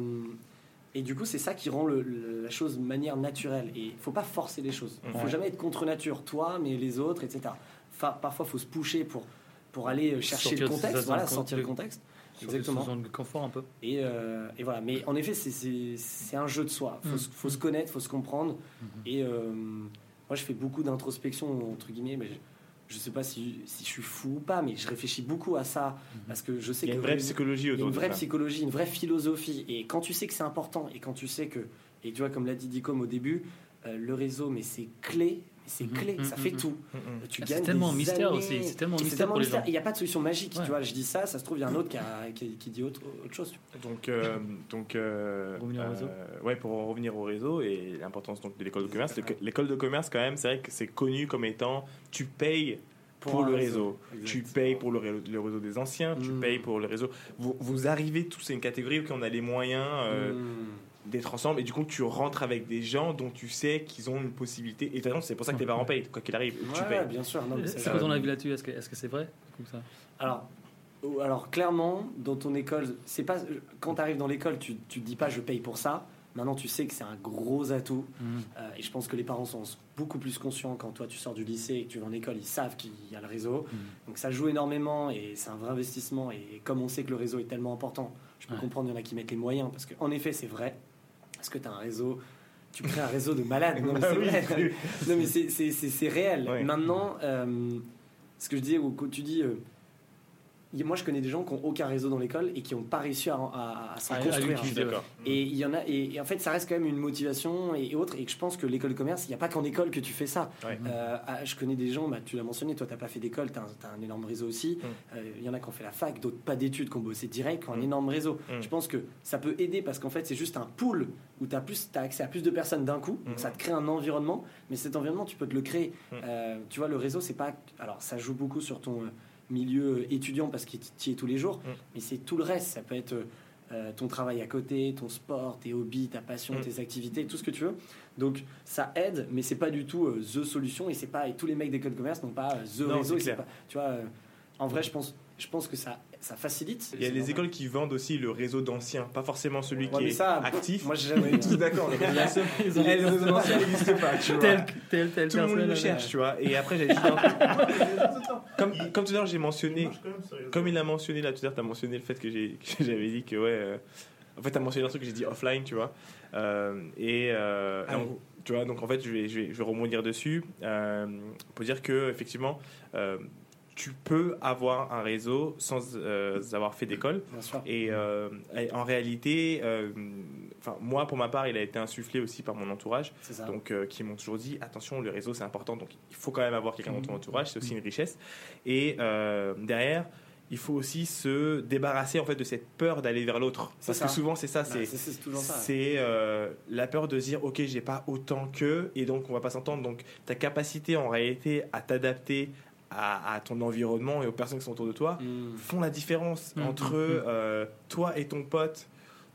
Et du coup, c'est ça qui rend le, le, la chose de manière naturelle. Et il ne faut pas forcer les choses. Il ne faut ouais. jamais être contre nature, toi, mais les autres, et cetera. Enfin, parfois, il faut se pusher pour, pour aller chercher sortir le contexte, voilà, sortir le contexte. Exactement. Zone de confort un peu. Et, euh, et voilà. Mais en effet, c'est, c'est, c'est un jeu de soi. Il faut, mmh. faut se connaître, il faut se comprendre. Mmh. Et euh, moi, je fais beaucoup d'introspection, entre guillemets, mais... Je, Je sais pas si, si je suis fou ou pas, mais je réfléchis beaucoup à ça parce que je sais qu'il y a une vraie psychologie autour de ça. Une vraie psychologie, une vraie philosophie. Et quand tu sais que c'est important et quand tu sais que, et tu vois, comme l'a dit Dicom au début, euh, le réseau, mais c'est clé, c'est mmh, clé, mmh, ça mmh, fait mmh. tout. Mmh. Tu ah, gagnes c'est tellement des mystère années. aussi, c'est tellement et mystère c'est tellement pour les mystère. gens. Il n'y a pas de solution magique, ouais. tu vois. Je dis ça, ça se trouve, il y a un autre qui, a, qui, qui dit autre, autre chose. Donc, euh, donc euh, revenir au réseau. Euh, ouais, pour revenir au réseau et l'importance donc de l'école de commerce. Ouais. L'école de commerce, quand même, c'est vrai que c'est connu comme étant, tu payes. Pour, pour le réseau, réseau. Tu payes pour le réseau, le réseau des anciens, mmh. tu payes pour le réseau. Vous, vous arrivez tous, c'est une catégorie où on a les moyens euh, mmh. d'être ensemble et du coup tu rentres avec des gens dont tu sais qu'ils ont une possibilité. Et de toute façon, c'est pour ça que tes parents payent, quoi qu'il arrive. Ouais, tu payes. Bien sûr. Non, c'est c'est quoi ton avis là-dessus? Est-ce que, est-ce que c'est vrai comme ça? Alors, alors clairement, dans ton école, c'est pas quand tu arrives dans l'école, tu tu te dis pas je paye pour ça. Maintenant, tu sais que c'est un gros atout. Mmh. Euh, et je pense que les parents sont beaucoup plus conscients quand toi, tu sors du lycée et que tu vas en école. Ils savent qu'il y a le réseau. Mmh. Donc, ça joue énormément et c'est un vrai investissement. Et comme on sait que le réseau est tellement important, je peux ouais. comprendre, il y en a qui mettent les moyens. Parce qu'en effet, c'est vrai. Parce que tu as un réseau... Tu crées un réseau de malades. Non, mais c'est vrai. Non, mais c'est, c'est, c'est, c'est réel. Ouais. Maintenant, euh, ce que je dis, ou quand tu dis... Euh, moi je connais des gens qui n'ont aucun réseau dans l'école et qui n'ont pas réussi à, à, à s'en Ah, à construire. l'utiliser, Je suis d'accord. Et il y en a, et, et en fait, ça reste quand même une motivation et, et autres. Et que je pense que l'école de commerce, il n'y a pas qu'en école que tu fais ça. Ouais. Euh, ah, je connais des gens, bah, tu l'as mentionné, toi, tu n'as pas fait d'école, tu as, as un énorme réseau aussi. Mm. Euh, Il y en a qui ont fait la fac, d'autres pas d'études, qui ont bossé direct, qui ont un Mm. énorme réseau. Mm. Je pense que ça peut aider parce qu'en fait, c'est juste un pool où tu as, as accès à plus de personnes d'un coup. Donc Mm. ça te crée un environnement, mais cet environnement, tu peux te le créer. Mm. Euh, tu vois, le réseau, c'est pas. Alors, ça joue beaucoup sur ton. Euh, milieu étudiant parce qu'il t'y est tous les jours, Mm. mais c'est tout le reste. Ça peut être euh, ton travail à côté, ton sport, tes hobbies, ta passion, Mm. tes activités, tout ce que tu veux. Donc ça aide, mais c'est pas du tout euh, the solution et c'est pas et tous les mecs d'école de commerce n'ont pas euh, the Non, réseau. c'est et c'est clair. pas, tu vois, euh, en vrai, je pense, je pense que ça, ça facilite. Il y a C'est les normal. écoles qui vendent aussi le réseau d'anciens, pas forcément celui Ouais, qui mais est ça, actif. Moi, j'ai jamais. On est tous d'accord. Le réseau d'anciens- Ils ont- Eh, le réseau d'anciens n'existe pas, tu vois. Tel, tel, tel Tout le monde le personne, cherche, euh, tu vois. Et après, j'avais juste un truc. Comme, Il- comme tout à l'heure, j'ai il mentionné, marche quand même, ce réseau. comme il a mentionné là tout à l'heure, tu as mentionné le fait que j'ai- que j'avais dit que, ouais. euh, en fait, tu as mentionné un truc que j'ai dit offline, tu vois. Euh, et, euh, Ah et en- oui. tu vois, donc en fait, je vais, je vais, je vais rebondir dessus euh, pour dire que, effectivement, euh, tu peux avoir un réseau sans euh, avoir fait d'école. Bien sûr. Et, euh, et en réalité, euh, enfin, moi, pour ma part, il a été insufflé aussi par mon entourage, C'est ça. donc euh, qui m'ont toujours dit attention, le réseau c'est important, donc il faut quand même avoir quelqu'un dans ton Mhm. entourage, c'est aussi une richesse. Et euh, derrière, il faut aussi se débarrasser en fait de cette peur d'aller vers l'autre, C'est parce ça. que souvent c'est ça, Bah, c'est c'est c'est toujours ça. c'est euh, la peur de se dire ok, j'ai pas autant qu'eux et donc on va pas s'entendre. Donc ta capacité en réalité à t'adapter à, à ton environnement et aux personnes qui sont autour de toi Mm. font la différence Mhm. entre Mhm. euh, toi et ton pote.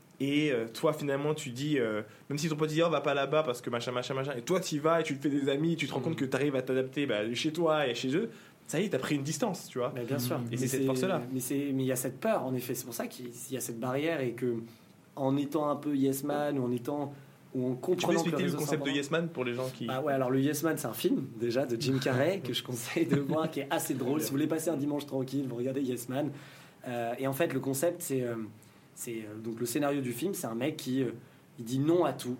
Et euh, toi, finalement, tu dis, euh, même si ton pote dit, oh, va pas là-bas parce que machin, machin, machin, et toi, tu y vas et tu te fais des amis, tu te rends Mhm. compte que tu arrives à t'adapter bah, chez toi et chez eux, ça y est, t'as pris une distance, tu vois. Mais bien sûr. Et Mais c'est cette force-là. Mais c'est- mais il y a cette peur, en effet. C'est pour ça qu'il y a cette barrière et que, en étant un peu yes man ou en étant ou en Tu peux comprenant que le expliquer le réseau, c'est concept de important. Yes Man pour les gens qui. Bah ouais, alors le Yes Man, c'est un film déjà de Jim Carrey que je conseille de voir, qui est assez drôle. Si vous voulez passer un dimanche tranquille, vous regardez Yes Man. Euh, et en fait, le concept, c'est, euh, c'est euh, donc le scénario du film, c'est un mec qui euh, il dit non à tout.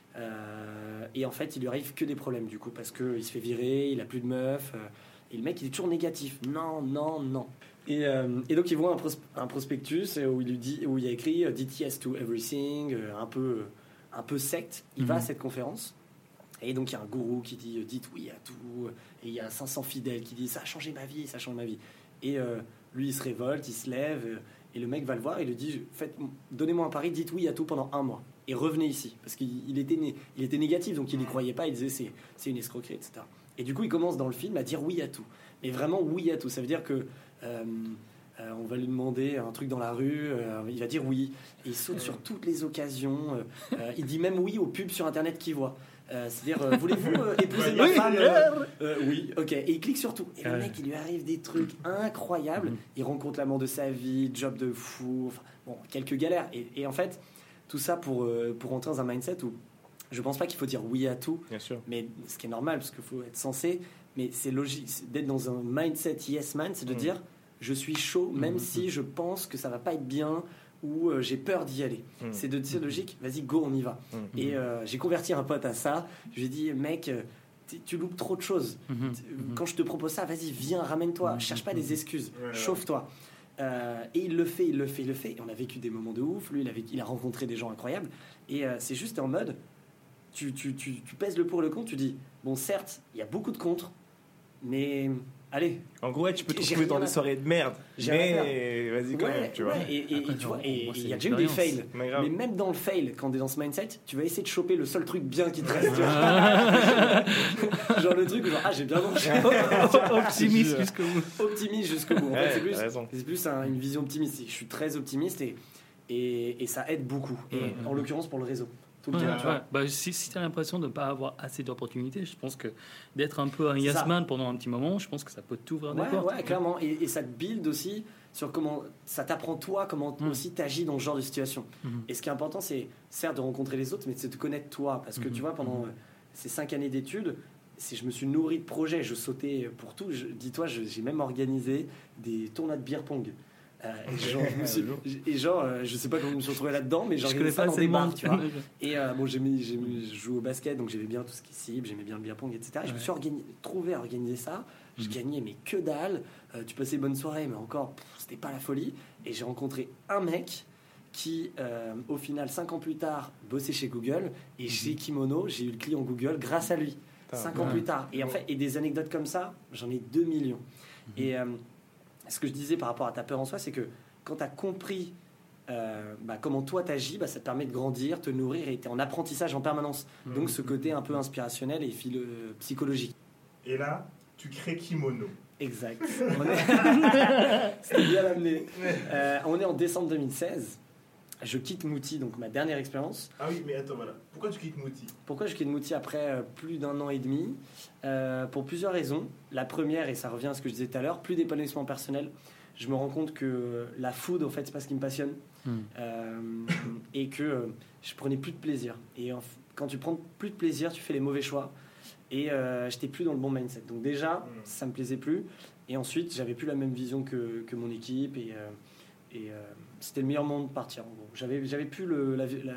Euh, et en fait, il lui arrive que des problèmes du coup parce que il se fait virer, il a plus de meufs. euh, et le mec, il est toujours négatif. Non, non, non. Et, euh, et donc, il voit un, pros- un prospectus où il lui dit, où il y a écrit euh, "Dit yes to everything", euh, un peu, un peu secte. Il va à Mhm. cette conférence. Et donc il y a un gourou qui dit euh, dites oui à tout, et il y a cinq cents fidèles qui disent ça a changé ma vie, ça change ma vie. Et euh, lui il se révolte, il se lève, euh, et le mec va le voir et lui dit faites, donnez-moi un pari, dites oui à tout pendant un mois et revenez ici, parce qu'il il était né- il était négatif, donc il n'y croyait pas, il disait c'est c'est une escroquerie, et cetera. Et du coup il commence dans le film à dire oui à tout, mais vraiment oui à tout. Ça veut dire que euh, euh, on va lui demander un truc dans la rue, euh, il va dire oui. Et il saute sur toutes les occasions. euh, euh, il dit même oui aux pubs sur Internet qu'il voit. Euh, C'est-à-dire, euh, voulez-vous euh, épouser ma Oui. femme euh, euh, Oui, ok. Et il clique sur tout. Et le Ouais. mec, il lui arrive des trucs incroyables. Mhm. Il rencontre l'amant de sa vie, job de fou, enfin, bon, quelques galères. Et, et en fait, tout ça pour, euh, pour entrer dans un mindset où je pense pas qu'il faut dire oui à tout, Bien sûr. mais ce qui est normal, parce qu'il faut être sensé, mais c'est logique c'est d'être dans un mindset yes man, c'est de Mhm. dire je suis chaud, même Mhm. si je pense que ça va pas être bien ou euh, j'ai peur d'y aller. Mhm. C'est de dire logique, vas-y, go, on y va. Mhm. Et euh, j'ai converti un pote à ça. Je lui ai dit, mec, euh, tu- tu loupes trop de choses. Mhm. Quand je te propose ça, vas-y, viens, ramène-toi. Mhm. Cherche pas des excuses. Ouais, ouais. Chauffe-toi. Euh, et il le fait, il le fait, il le fait. Et on a vécu des moments de ouf. Lui, il a, vécu- il a rencontré des gens incroyables. Et euh, c'est juste en mode, tu, tu, tu, tu pèses le pour et le contre. Tu dis, bon, certes, il y a beaucoup de contre, mais allez, En gros, ouais, tu peux te J'ai retrouver dans rien des à- soirée de merde, J'ai rien mais vas-y quand ouais, même, tu vois. ouais, et, et- Après, et tu vois, on- et on voit, il y c'est a déjà eu des l'expérience. fails. Mais grave. Mais même dans le fail, quand t'es dans ce mindset, tu vas essayer de choper le seul truc bien qui te reste. tu vois. Genre le truc où genre, ah j'ai bien mangé. Optimiste jusqu'au bout. Optimiste jusqu'au bout. En fait, Ouais, c'est plus, t'as raison. c'est plus un- une vision optimiste. Je suis très optimiste et, et, et ça aide beaucoup. Et Mhm. en l'occurrence pour le réseau. Tout le Ouais, temps, tu ouais. vois. Bah, si si tu as l'impression de ne pas avoir assez d'opportunités, je pense que d'être un peu un C'est yes ça. man pendant un petit moment, je pense que ça peut t'ouvrir des Ouais, portes. ouais, clairement. Et, et ça te build aussi sur comment ça t'apprend toi, comment Mm. aussi t'agis dans ce genre de situation. Mhm. Et ce qui est important, c'est certes de rencontrer les autres, mais c'est de te connaître toi. Parce que Mhm. tu vois, pendant Mhm. euh, ces cinq années d'études, si je me suis nourri de projets, je sautais pour tout. Je- dis-toi, je- j'ai même organisé des tournois de beer pong. Euh, et genre, je me suis- et genre, euh, je sais pas comment je me suis retrouvé là-dedans, mais Je j'organisais connais ça pas dans assez des de bars, monde. tu vois. Et euh, bon, j'aimais, j'aimais, je joue au basket, donc j'aimais bien tout ce qui est cible, j'aimais bien le beer pong, et cetera. Et je me Ouais. suis organisé, trouvé à organiser ça. Je Mhm. gagnais, mais que dalle. Euh, tu passais une bonne soirée, mais encore, pff, c'était pas la folie. Et j'ai rencontré un mec qui, euh, au final, cinq ans plus tard, bossait chez Google. Et chez Kimono, j'ai eu le client Google grâce à lui. Putain, Cinq ans ouais. plus tard. Et en fait, et des anecdotes comme ça, j'en ai deux millions. Et euh, ce que je disais par rapport à ta peur en soi, c'est que quand tu as compris euh, bah, comment toi t'agis, bah, ça te permet de grandir, te nourrir et tu es en apprentissage en permanence. Donc ce côté un peu inspirationnel et philo- psychologique. Et là, tu crées Kimono. Exact. On est... C'était bien amené. Euh, on est en décembre deux mille seize. Je quitte Mouti, donc ma dernière expérience. Ah oui, mais attends, voilà. Pourquoi tu quittes Mouti? Pourquoi je quitte Mouti après euh, plus d'un an et demi? Euh, Pour plusieurs raisons. La première, et ça revient à ce que je disais tout à l'heure, plus d'épanouissement personnel. Je me rends compte que la food, en fait, c'est pas ce qui me passionne. Mm. Euh, et que euh, je prenais plus de plaisir. Et en f- quand tu prends plus de plaisir, tu fais les mauvais choix. Et euh, j'étais plus dans le bon mindset. Donc déjà, ça me plaisait plus. Et ensuite, j'avais plus la même vision que, que mon équipe. Et, euh, et euh, c'était le meilleur moment de partir. En gros. J'avais, j'avais plus le, la, vi- la,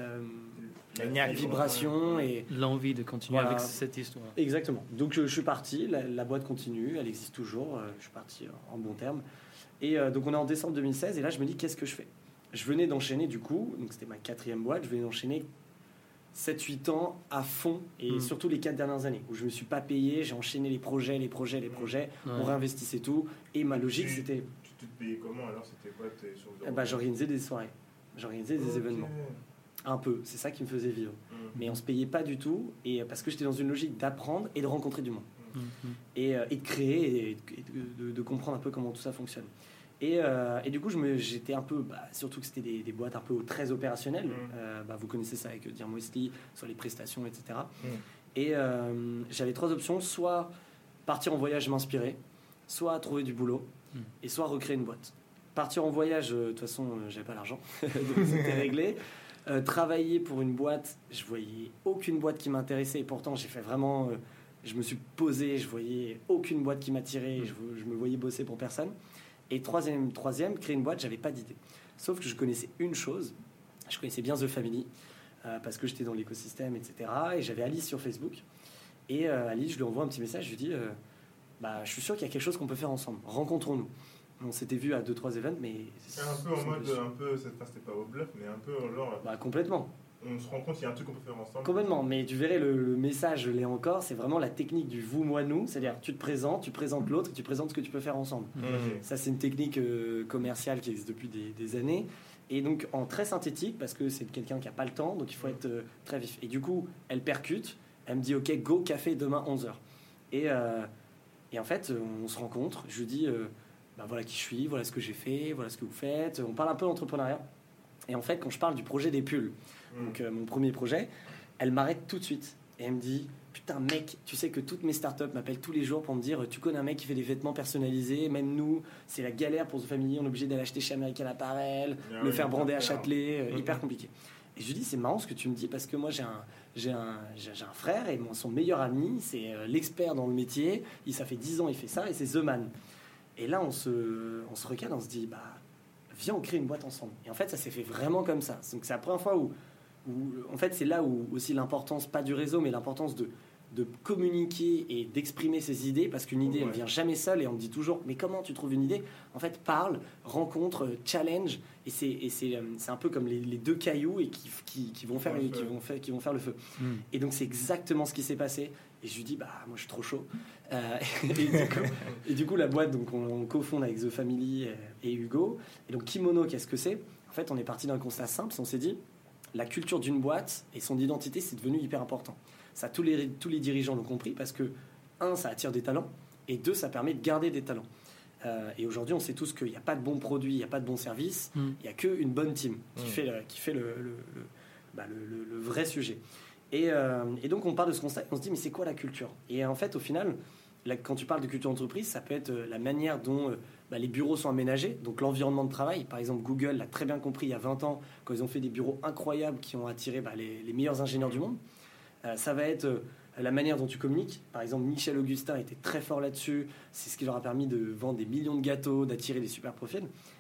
La la niaque, vibration. Et L'envie de continuer Voilà. avec cette histoire. exactement. Donc je, je suis parti. La, la boîte continue. Elle existe toujours. Euh, je suis parti en bon terme. Et euh, donc on est en décembre deux mille seize. Et là, je me dis, qu'est-ce que je fais? Je venais d'enchaîner du coup. Donc c'était ma quatrième boîte. Je venais d'enchaîner sept huit ans à fond, et Mm. surtout les quatre dernières années, où je me suis pas payé, j'ai enchaîné les projets, les projets, les projets, Ouais. on réinvestissait tout, et ma logique Tu- c'était, Tu te payais comment alors? C'était quoi tes sources de eh ben, j'organisais des soirées, j'organisais des Ok. événements, un peu, c'est ça qui me faisait vivre. Mhm. Mais on se payait pas du tout, et parce que j'étais dans une logique d'apprendre et de rencontrer du monde, Mm, mm. et, euh, et de créer, et de, de- de comprendre un peu comment tout ça fonctionne. Et, euh, et du coup, je me, j'étais un peu, bah, surtout que c'était des, des boîtes un peu très opérationnelles. Mm. Euh, bah, vous connaissez ça avec Dear Wesley, sur les prestations, et cetera. Mm. Et euh, j'avais trois options, soit partir en voyage et m'inspirer, soit trouver du boulot, Mm. et soit recréer une boîte. Partir en voyage, euh, de toute façon, euh, j'avais pas l'argent, donc c'était réglé. Euh, travailler pour une boîte, je voyais aucune boîte qui m'intéressait, et pourtant j'ai fait vraiment... euh, je me suis posé, je voyais aucune boîte qui m'attirait, je, je me voyais bosser pour personne. Et troisième, troisième, créer une boîte, j'avais pas d'idée. Sauf que je connaissais une chose, je connaissais bien The Family, euh, parce que j'étais dans l'écosystème, et cetera. Et j'avais Alice sur Facebook. Et euh, Alice, je lui envoie un petit message, je lui dis, euh, bah, je suis sûr qu'il y a quelque chose qu'on peut faire ensemble. Rencontrons-nous. On s'était vu à deux trois événements, mais C'est un peu en mode, un peu, cette fois c'était pas au bluff, mais un peu genre, bah, complètement. on se rend compte qu'il y a un truc qu'on peut faire ensemble. Complètement, mais tu verrais le, le message, je l'ai encore, c'est vraiment la technique du vous, moi, nous. C'est-à-dire, tu te présentes, tu présentes l'autre, et tu présentes ce que tu peux faire ensemble. Mm. Ok. Ça, c'est une technique euh, commerciale qui existe depuis des, des années. Et donc, en très synthétique, parce que c'est quelqu'un qui n'a pas le temps, donc il faut être euh, très vif. Et du coup, elle percute, elle me dit, OK, go, café demain, onze heures. Et, euh, et en fait, euh, on se rencontre, je lui dis, euh, bah, voilà qui je suis, voilà ce que j'ai fait, voilà ce que vous faites. On parle un peu d'entrepreneuriat. Et en fait, quand je parle du projet des pulls, Mm. donc euh, mon premier projet, elle m'arrête tout de suite et elle me dit, putain mec, tu sais que toutes mes startups m'appellent tous les jours pour me dire, tu connais un mec qui fait des vêtements personnalisés, même nous, c'est la galère pour The Family, on est obligé d'aller acheter chez American Apparel, Ah le oui, faire brander à hyper. Châtelet, euh, Mhm. hyper compliqué. Et je lui dis, c'est marrant ce que tu me dis, parce que moi j'ai un, j'ai un, j'ai j'ai un frère et mon, son meilleur ami, c'est euh, l'expert dans le métier, il, ça fait dix ans, il fait ça, et c'est The Man. Et là, on se, on se regarde, on se dit, bah, viens, on crée une boîte ensemble. Et en fait, ça s'est fait vraiment comme ça. Donc c'est la première fois où, où en fait, c'est là où aussi l'importance, pas du réseau, mais l'importance de, de communiquer et d'exprimer ses idées, parce qu'une idée, Ouais. elle vient jamais seule, et on me dit toujours, mais comment tu trouves une idée? En fait, parle, rencontre, euh, challenge, et c'est, et c'est, euh, c'est un peu comme les, les deux cailloux et qui, qui, qui vont faire, Ouais, qui ouais. vont faire, qui vont faire le feu. Mm. Et donc c'est exactement ce qui s'est passé. Et je lui dis, bah moi je suis trop chaud. Euh, et, du coup, et du coup, la boîte, donc on, on cofonde avec The Family et, et Hugo. Et donc Kimono, qu'est-ce que c'est? En fait, on est parti d'un constat simple. On s'est dit, la culture d'une boîte et son identité, c'est devenu hyper important. Ça, tous les, tous les dirigeants l'ont compris parce que, un, ça attire des talents, et deux, ça permet de garder des talents. Euh, et aujourd'hui, on sait tous qu'il n'y a pas de bons produits, il n'y a pas de bons services, Mm. il n'y a qu'une bonne team qui Mm. fait, le, qui fait le, le, le, bah, le, le- le vrai sujet. Et, euh, et donc, on part de ce constat et on se dit, mais c'est quoi la culture? Et en fait, au final, là, quand tu parles de culture d'entreprise, ça peut être euh, la manière dont euh, bah, les bureaux sont aménagés, donc l'environnement de travail. Par exemple, Google l'a très bien compris il y a vingt ans, quand ils ont fait des bureaux incroyables qui ont attiré bah, les, les meilleurs ingénieurs du monde. Euh, ça va être euh, la manière dont tu communiques. Par exemple, Michel Augustin était très fort là-dessus. C'est ce qui leur a permis de vendre des millions de gâteaux, d'attirer des super profils.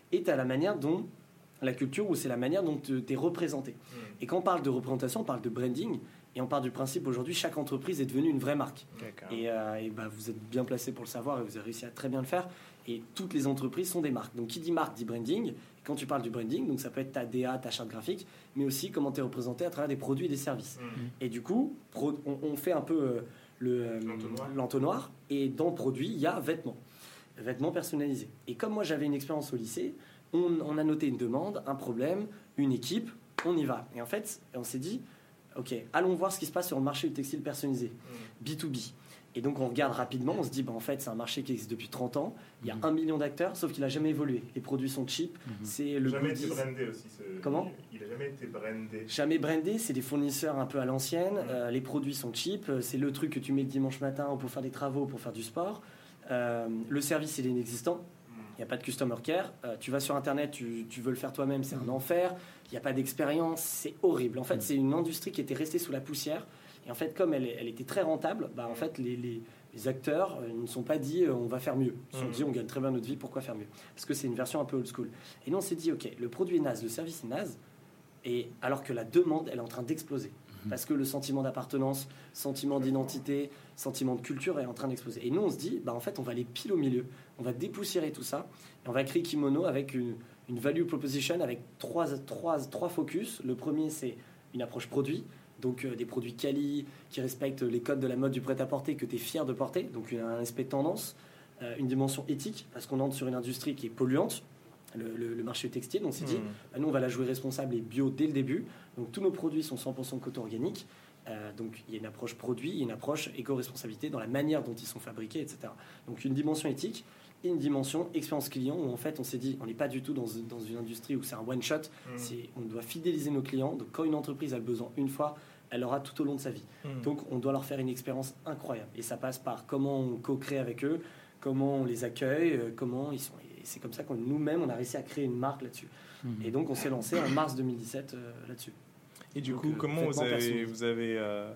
et tu as la manière dont la culture, ou c'est la manière dont tu es représenté. Mmh. Et quand on parle de représentation, on parle de branding, et on part du principe aujourd'hui, chaque entreprise est devenue une vraie marque. D'accord. Et, euh, et bah, vous êtes bien placé pour le savoir, et vous avez réussi à très bien le faire. Et toutes les entreprises sont des marques. Donc qui dit marque dit branding. Et quand tu parles du branding, donc ça peut être ta D A, ta charte graphique, mais aussi comment tu es représenté à travers des produits et des services. Mmh. Et du coup, pro, on, on fait un peu euh, le, euh, l'entonnoir. l'entonnoir. Et dans le produit, il y a vêtements. Vêtements personnalisés. Et comme moi, j'avais une expérience au lycée, on, on a noté une demande, un problème, une équipe, on y va. Et en fait, on s'est dit, ok, allons voir ce qui se passe sur le marché du textile personnalisé, mmh. B deux B. Et donc on regarde rapidement, on se dit, bah, en fait, c'est un marché qui existe depuis trente ans, il y a mmh. un million d'acteurs, sauf qu'il n'a jamais évolué. Les produits sont cheap, mmh. c'est le jamais goodies. été brandé aussi. Ce... Comment ? Il n'a jamais été brandé. Jamais brandé, c'est des fournisseurs un peu à l'ancienne, mmh. euh, les produits sont cheap, c'est le truc que tu mets le dimanche matin pour faire des travaux, pour faire du sport. Euh, le service, il est inexistant. Il n'y a pas de customer care. Euh, tu vas sur Internet, tu, tu veux le faire toi-même, c'est un enfer. Il n'y a pas d'expérience, c'est horrible. En fait, c'est une industrie qui était restée sous la poussière. Et en fait, comme elle, elle était très rentable, bah, en fait, les, les, les acteurs euh, ne se sont pas dit euh, on va faire mieux. Ils se sont dit on gagne très bien notre vie, pourquoi faire mieux ? Parce que c'est une version un peu old school. Et nous, on s'est dit ok, le produit est naze, le service est naze, et alors que la demande, elle est en train d'exploser. Parce que le sentiment d'appartenance, sentiment d'identité, sentiment de culture est en train d'exploser. Et nous, on se dit, bah, en fait, on va aller pile au milieu. On va dépoussiérer tout ça. Et on va créer Kimono avec une, une value proposition avec trois, trois, trois focus. Le premier, c'est une approche produit. Donc, euh, des produits quali qui respectent les codes de la mode du prêt-à-porter que tu es fier de porter. Donc, une, un aspect tendance. Euh, une dimension éthique, parce qu'on entre sur une industrie qui est polluante. Le, le, le marché textile, on s'est dit, mmh. bah, nous on va la jouer responsable et bio dès le début. Donc tous nos produits sont cent pour cent coton organique. Euh, donc il y a une approche produit, il y a une approche éco-responsabilité dans la manière dont ils sont fabriqués, et cetera. Donc une dimension éthique et une dimension expérience client où en fait on s'est dit, on n'est pas du tout dans, dans une industrie où c'est un one-shot. Mmh. C'est, on doit fidéliser nos clients. Donc quand une entreprise a le besoin une fois, elle l'aura tout au long de sa vie. Mmh. Donc on doit leur faire une expérience incroyable. Et ça passe par comment on co-crée avec eux, comment on les accueille, comment ils sont... C'est comme ça que nous-mêmes, on a réussi à créer une marque là-dessus. Mmh. Et donc, on s'est lancé en mars deux mille dix-sept euh, là-dessus. Et du donc, coup, euh, comment vous avez, vous avez euh,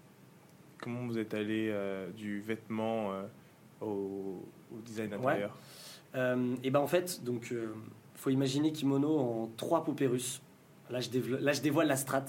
comment vous êtes allé euh, du vêtement euh, au, au design intérieur ? Ouais. euh, Et ben en fait, donc, euh, faut imaginer Kimono en trois poupées russes. Là, je dévoile, là, je dévoile la strat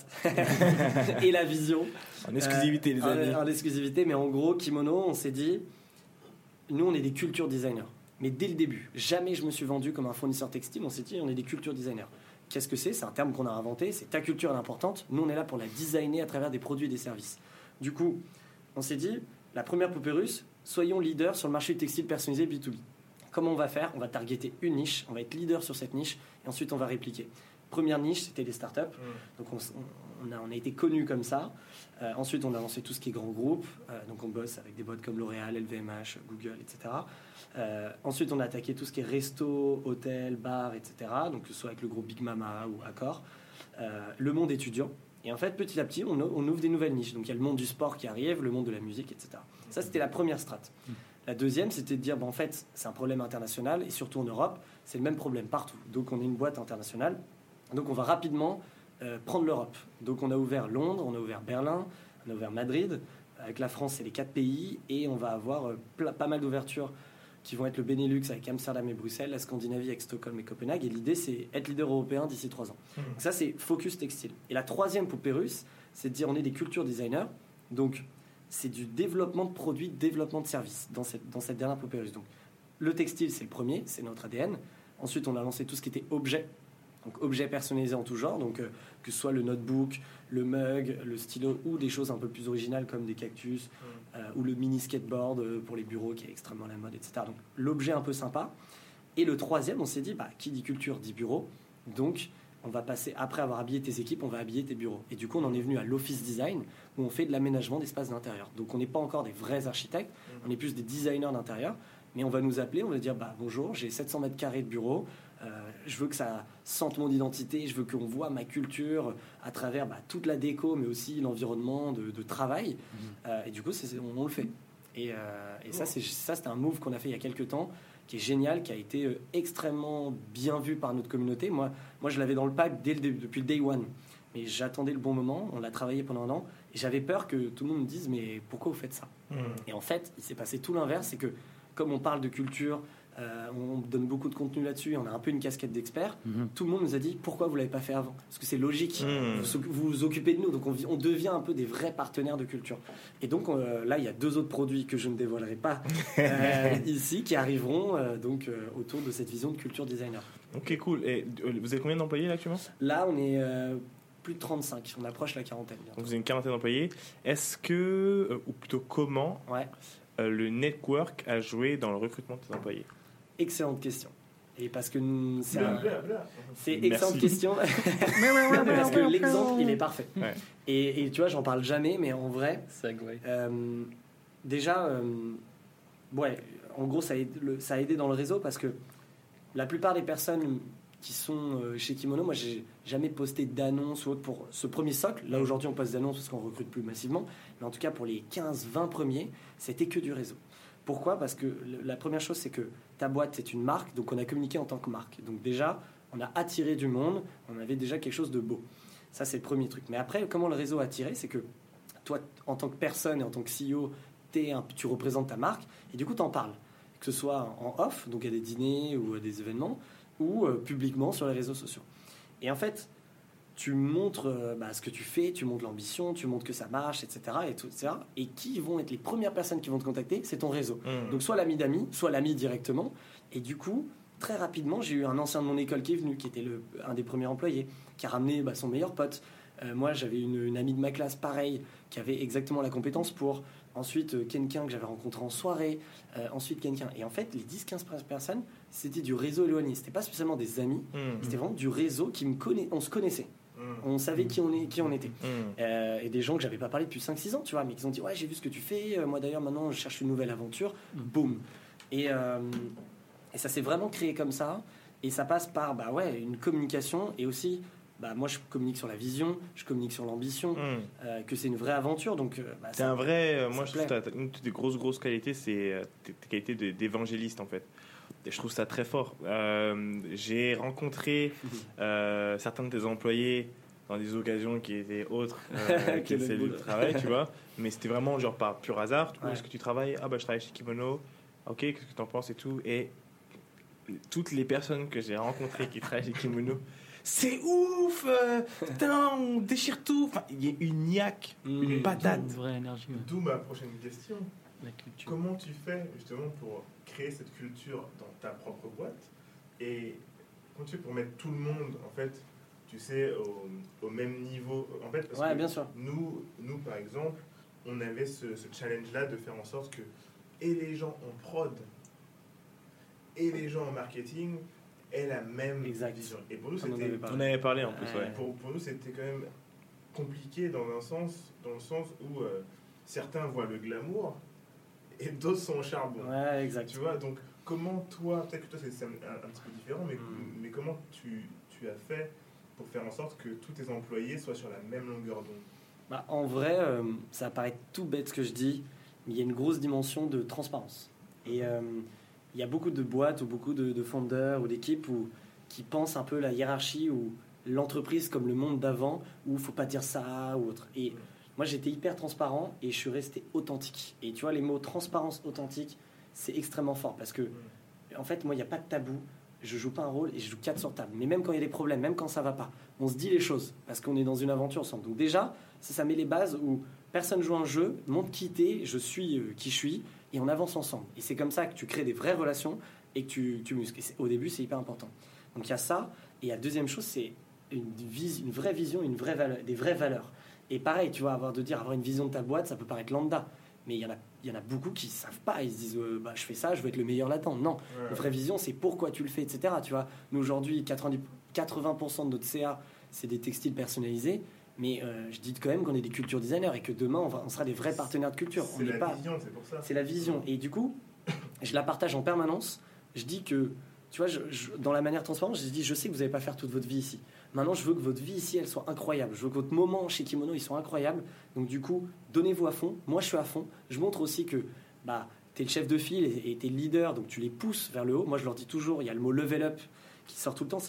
et la vision. En exclusivité, euh, les amis. En, en exclusivité, mais en gros, Kimono, on s'est dit, nous, on est des culture designers. Mais dès le début, jamais je me suis vendu comme un fournisseur textile. On s'est dit, on est des culture designers. Qu'est-ce que c'est ? C'est un terme qu'on a inventé. C'est ta culture est importante. Nous, on est là pour la designer à travers des produits et des services. Du coup, on s'est dit, la première poupée russe, soyons leaders sur le marché du textile personnalisé B deux B. Comment on va faire ? On va targeter une niche. On va être leader sur cette niche. Et ensuite, on va répliquer. Première niche, c'était les startups. Mmh. Donc, on, on, a, on a été connus comme ça. Euh, ensuite, on a lancé tout ce qui est grands groupes. Euh, donc, on bosse avec des boîtes comme L'Oréal, L V M H, Google, et cetera. Euh, ensuite, on a attaqué tout ce qui est resto, hôtel, bar, et cetera. Donc, que ce soit avec le groupe Big Mama ou Accor. Euh, le monde étudiant. Et en fait, petit à petit, on, on ouvre des nouvelles niches. Donc, il y a le monde du sport qui arrive, le monde de la musique, et cetera. Ça, c'était la première strate. La deuxième, c'était de dire, ben, en fait, c'est un problème international. Et surtout en Europe, c'est le même problème partout. Donc, on est une boîte internationale. Donc, on va rapidement euh, prendre l'Europe. Donc, on a ouvert Londres, on a ouvert Berlin, on a ouvert Madrid. Avec la France, c'est les quatre pays. Et on va avoir euh, pla- pas mal d'ouvertures qui vont être le Benelux avec Amsterdam et Bruxelles, la Scandinavie avec Stockholm et Copenhague. Et l'idée, c'est être leader européen d'ici trois ans. Mmh. Donc ça, c'est focus textile. Et la troisième poupée russe, c'est de dire on est des culture designers. Donc, c'est du développement de produits, développement de services dans cette, dans cette dernière poupée russe. Donc, le textile, c'est le premier, c'est notre A D N. Ensuite, on a lancé tout ce qui était objet. Donc, objets personnalisés en tout genre. Donc, euh, que ce soit le notebook, le mug, le stylo ou des choses un peu plus originales comme des cactus mmh. euh, ou le mini skateboard euh, pour les bureaux qui est extrêmement à la mode, et cetera. Donc, l'objet un peu sympa. Et le troisième, on s'est dit, bah, qui dit culture dit bureau. Donc, on va passer, après avoir habillé tes équipes, on va habiller tes bureaux. Et du coup, on en est venu à l'office design où on fait de l'aménagement d'espaces d'intérieur. Donc, on n'est pas encore des vrais architectes, mmh. on est plus des designers d'intérieur. Mais on va nous appeler, on va dire, bah, bonjour, j'ai sept cents mètres carrés de bureau. Euh, je veux que ça sente mon identité, je veux qu'on voit ma culture à travers bah, toute la déco, mais aussi l'environnement de, de travail. Mmh. Euh, et du coup, c'est, c'est, on, on le fait. Et, euh, et ça, c'est, ça, c'est un move qu'on a fait il y a quelques temps, qui est génial, qui a été euh, extrêmement bien vu par notre communauté. Moi, moi je l'avais dans le pack dès le début, depuis le day one. Mais j'attendais le bon moment, on l'a travaillé pendant un an, et j'avais peur que tout le monde me dise « mais pourquoi vous faites ça ?» mmh. Et en fait, il s'est passé tout l'inverse, c'est que comme on parle de culture, Euh, on donne beaucoup de contenu là-dessus, on a un peu une casquette d'expert. Mhm. Tout le monde nous a dit pourquoi vous l'avez pas fait avant, parce que c'est logique. Mhm. Vous vous vous occupez de nous, donc on, vi- on devient un peu des vrais partenaires de culture. Et donc euh, là, il y a deux autres produits que je ne dévoilerai pas euh, ici qui arriveront euh, donc euh, autour de cette vision de culture designer. Ok, cool. Et euh, vous avez combien d'employés là actuellement? Là, on est euh, plus de trente-cinq, on approche la quarantaine. bientôt. Donc vous avez une quarantaine d'employés. Est-ce que, euh, ou plutôt comment, Ouais. euh, le network a joué dans le recrutement de tes employés? Excellente question. Et parce que nous, c'est Bla, un- bla, bla. c'est Merci. excellente question. Non, mais parce que l'exemple, il est parfait. Ouais. Et, et tu vois, j'en parle jamais, mais en vrai, Segway. euh, déjà, euh, ouais, en gros, ça a, aidé, le- ça a aidé dans le réseau parce que la plupart des personnes qui sont euh, chez Kimono, moi, j'ai jamais posté d'annonce ou autre pour ce premier socle. Là, aujourd'hui, on poste d'annonces parce qu'on recrute plus massivement. Mais en tout cas, pour les quinze vingt premiers, c'était que du réseau. Pourquoi? Parce que le- la première chose, c'est que ta boîte, c'est une marque, donc on a communiqué en tant que marque. Donc déjà, on a attiré du monde, on avait déjà quelque chose de beau. Ça, c'est le premier truc. Mais après, comment le réseau a attiré? C'est que toi, en tant que personne et en tant que C E O, t'es un- tu représentes ta marque et du coup, tu en parles. Que ce soit en off, donc à des dîners ou à des événements, ou euh, publiquement sur les réseaux sociaux. Et en fait, tu montres euh, bah, ce que tu fais, tu montres l'ambition, tu montres que ça marche, et cetera. Et, tout, et cetera. Et qui vont être les premières personnes qui vont te contacter? C'est ton réseau. Mhm. Donc soit l'ami d'amis, soit l'ami directement. Et du coup, très rapidement, j'ai eu un ancien de mon école qui est venu, qui était le, un des premiers employés, qui a ramené bah, son meilleur pote. Euh, moi, j'avais une, une amie de ma classe, pareil, qui avait exactement la compétence pour. Ensuite, euh, quelqu'un que j'avais rencontré en soirée. Euh, ensuite, quelqu'un. Et en fait, les dix quinze personnes, c'était du réseau éloigné. C'était pas spécialement des amis, Mhm. c'était vraiment du réseau qui me connaît. On se connaissait. Mm. On savait qui on, est, qui on était. Mhm. Euh, et des gens que j'avais pas parlé depuis cinq six ans, tu vois, mais qui ont dit ouais, j'ai vu ce que tu fais, euh, moi d'ailleurs maintenant je cherche une nouvelle aventure, Mm. boum. Et, euh, et ça s'est vraiment créé comme ça, et ça passe par bah ouais, une communication, et aussi bah moi je communique sur la vision, je communique sur l'ambition, Mhm. euh, que c'est une vraie aventure, donc euh, bah, T'es ça- un vrai. euh, ça moi, je trouve plaît. que t'as- une de tes grosses, grosses qualités, c'est euh, tes, tes qualités de- d'évangéliste, en fait. Et je trouve ça très fort. Euh, j'ai rencontré euh, certains de tes employés dans des occasions qui étaient autres euh, que Quel celles boulot. du travail, tu vois. Mais c'était vraiment genre par pur hasard. Du coup, Ouais. est-ce que tu travailles? Ah, bah, je travaille chez Kimono. Ok, qu'est-ce que tu en penses et tout. Et toutes les personnes que j'ai rencontrées qui travaillent chez Kimono, c'est ouf! euh, putain, on déchire tout! Enfin, il y a une niaque, Mm. une patate. Une vraie énergie, ouais. D'où ma prochaine question. La culture. Comment tu fais justement pour créer cette culture dans ta propre boîte et comment tu fais pour mettre tout le monde en fait, tu sais, au, au même niveau en fait parce Ouais, que bien sûr. nous, nous par exemple, on avait ce, ce challenge-là de faire en sorte que et les gens en prod et les gens en marketing aient la même Exact. vision. Et pour nous, On en c'était avait parlé. On avait parlé en plus, Ouais. ouais. pour, pour nous, c'était quand même compliqué dans un sens, dans le sens où euh, certains voient le glamour et d'autres sont au charbon. Ouais, exact. Tu vois, donc comment toi, peut-être que toi c'est c'est un, un- un petit peu différent, mais, Mm. mais comment tu, tu as fait pour faire en sorte que tous tes employés soient sur la même longueur d'onde? Bah, en vrai, euh, ça paraît tout bête ce que je dis, mais il y a une grosse dimension de transparence. Et euh, il y a beaucoup de boîtes ou beaucoup de, de fondeurs ou d'équipes où- qui pensent un peu la hiérarchie ou l'entreprise comme le monde d'avant, où il faut pas dire ça ou autre. Et moi, j'étais hyper transparent et je suis resté authentique. Et tu vois, les mots transparence, authentique, c'est extrêmement fort parce que, en fait, moi, il n'y a pas de tabou. Je joue pas un rôle et je joue quatre sur table. Mais même quand il y a des problèmes, même quand ça va pas, on se dit les choses parce qu'on est dans une aventure ensemble. Donc déjà, ça, ça met les bases où personne joue un jeu, montre qui t'es, je suis euh, qui je suis et on avance ensemble. Et c'est comme ça que tu crées des vraies relations et que tu, tu muscles. Et c'est- au début, c'est hyper important. Donc il y a ça. Et la deuxième chose, c'est une, vis- une vraie vision, une vraie valeur, des vraies valeurs. Et pareil, tu vois, avoir de dire avoir une vision de ta boîte, ça peut paraître lambda. Mais il y en a, il y en a beaucoup qui ne savent pas. Ils se disent, euh, bah, je fais ça, je veux être le meilleur là-dedans. Non, Ouais. une vraie vision, c'est pourquoi tu le fais, et cetera. Tu vois, nous aujourd'hui, quatre-vingt-dix quatre-vingts pour cent de notre C A, c'est des textiles personnalisés. Mais euh, je dis quand même qu'on est des culture designers et que demain, on, va- on sera des vrais partenaires de culture. On C'est n'est la pas. vision, c'est pour ça. C'est la vision. Et du coup, je la partage en permanence. Je dis que, tu vois, je- je- dans la manière transparente, je dis, je sais que vous n'allez pas faire toute votre vie ici. Maintenant, je veux que votre vie ici, elle soit incroyable. Je veux que votre moment chez Kimono, ils soient incroyables. Donc, du coup, donnez-vous à fond. Moi, je suis à fond. Je montre aussi que, bah, tu es le chef de file et tu es le leader, donc tu les pousses vers le haut. Moi, je leur dis toujours, il y a le mot level up qui sort tout le temps, c'est-à-dire,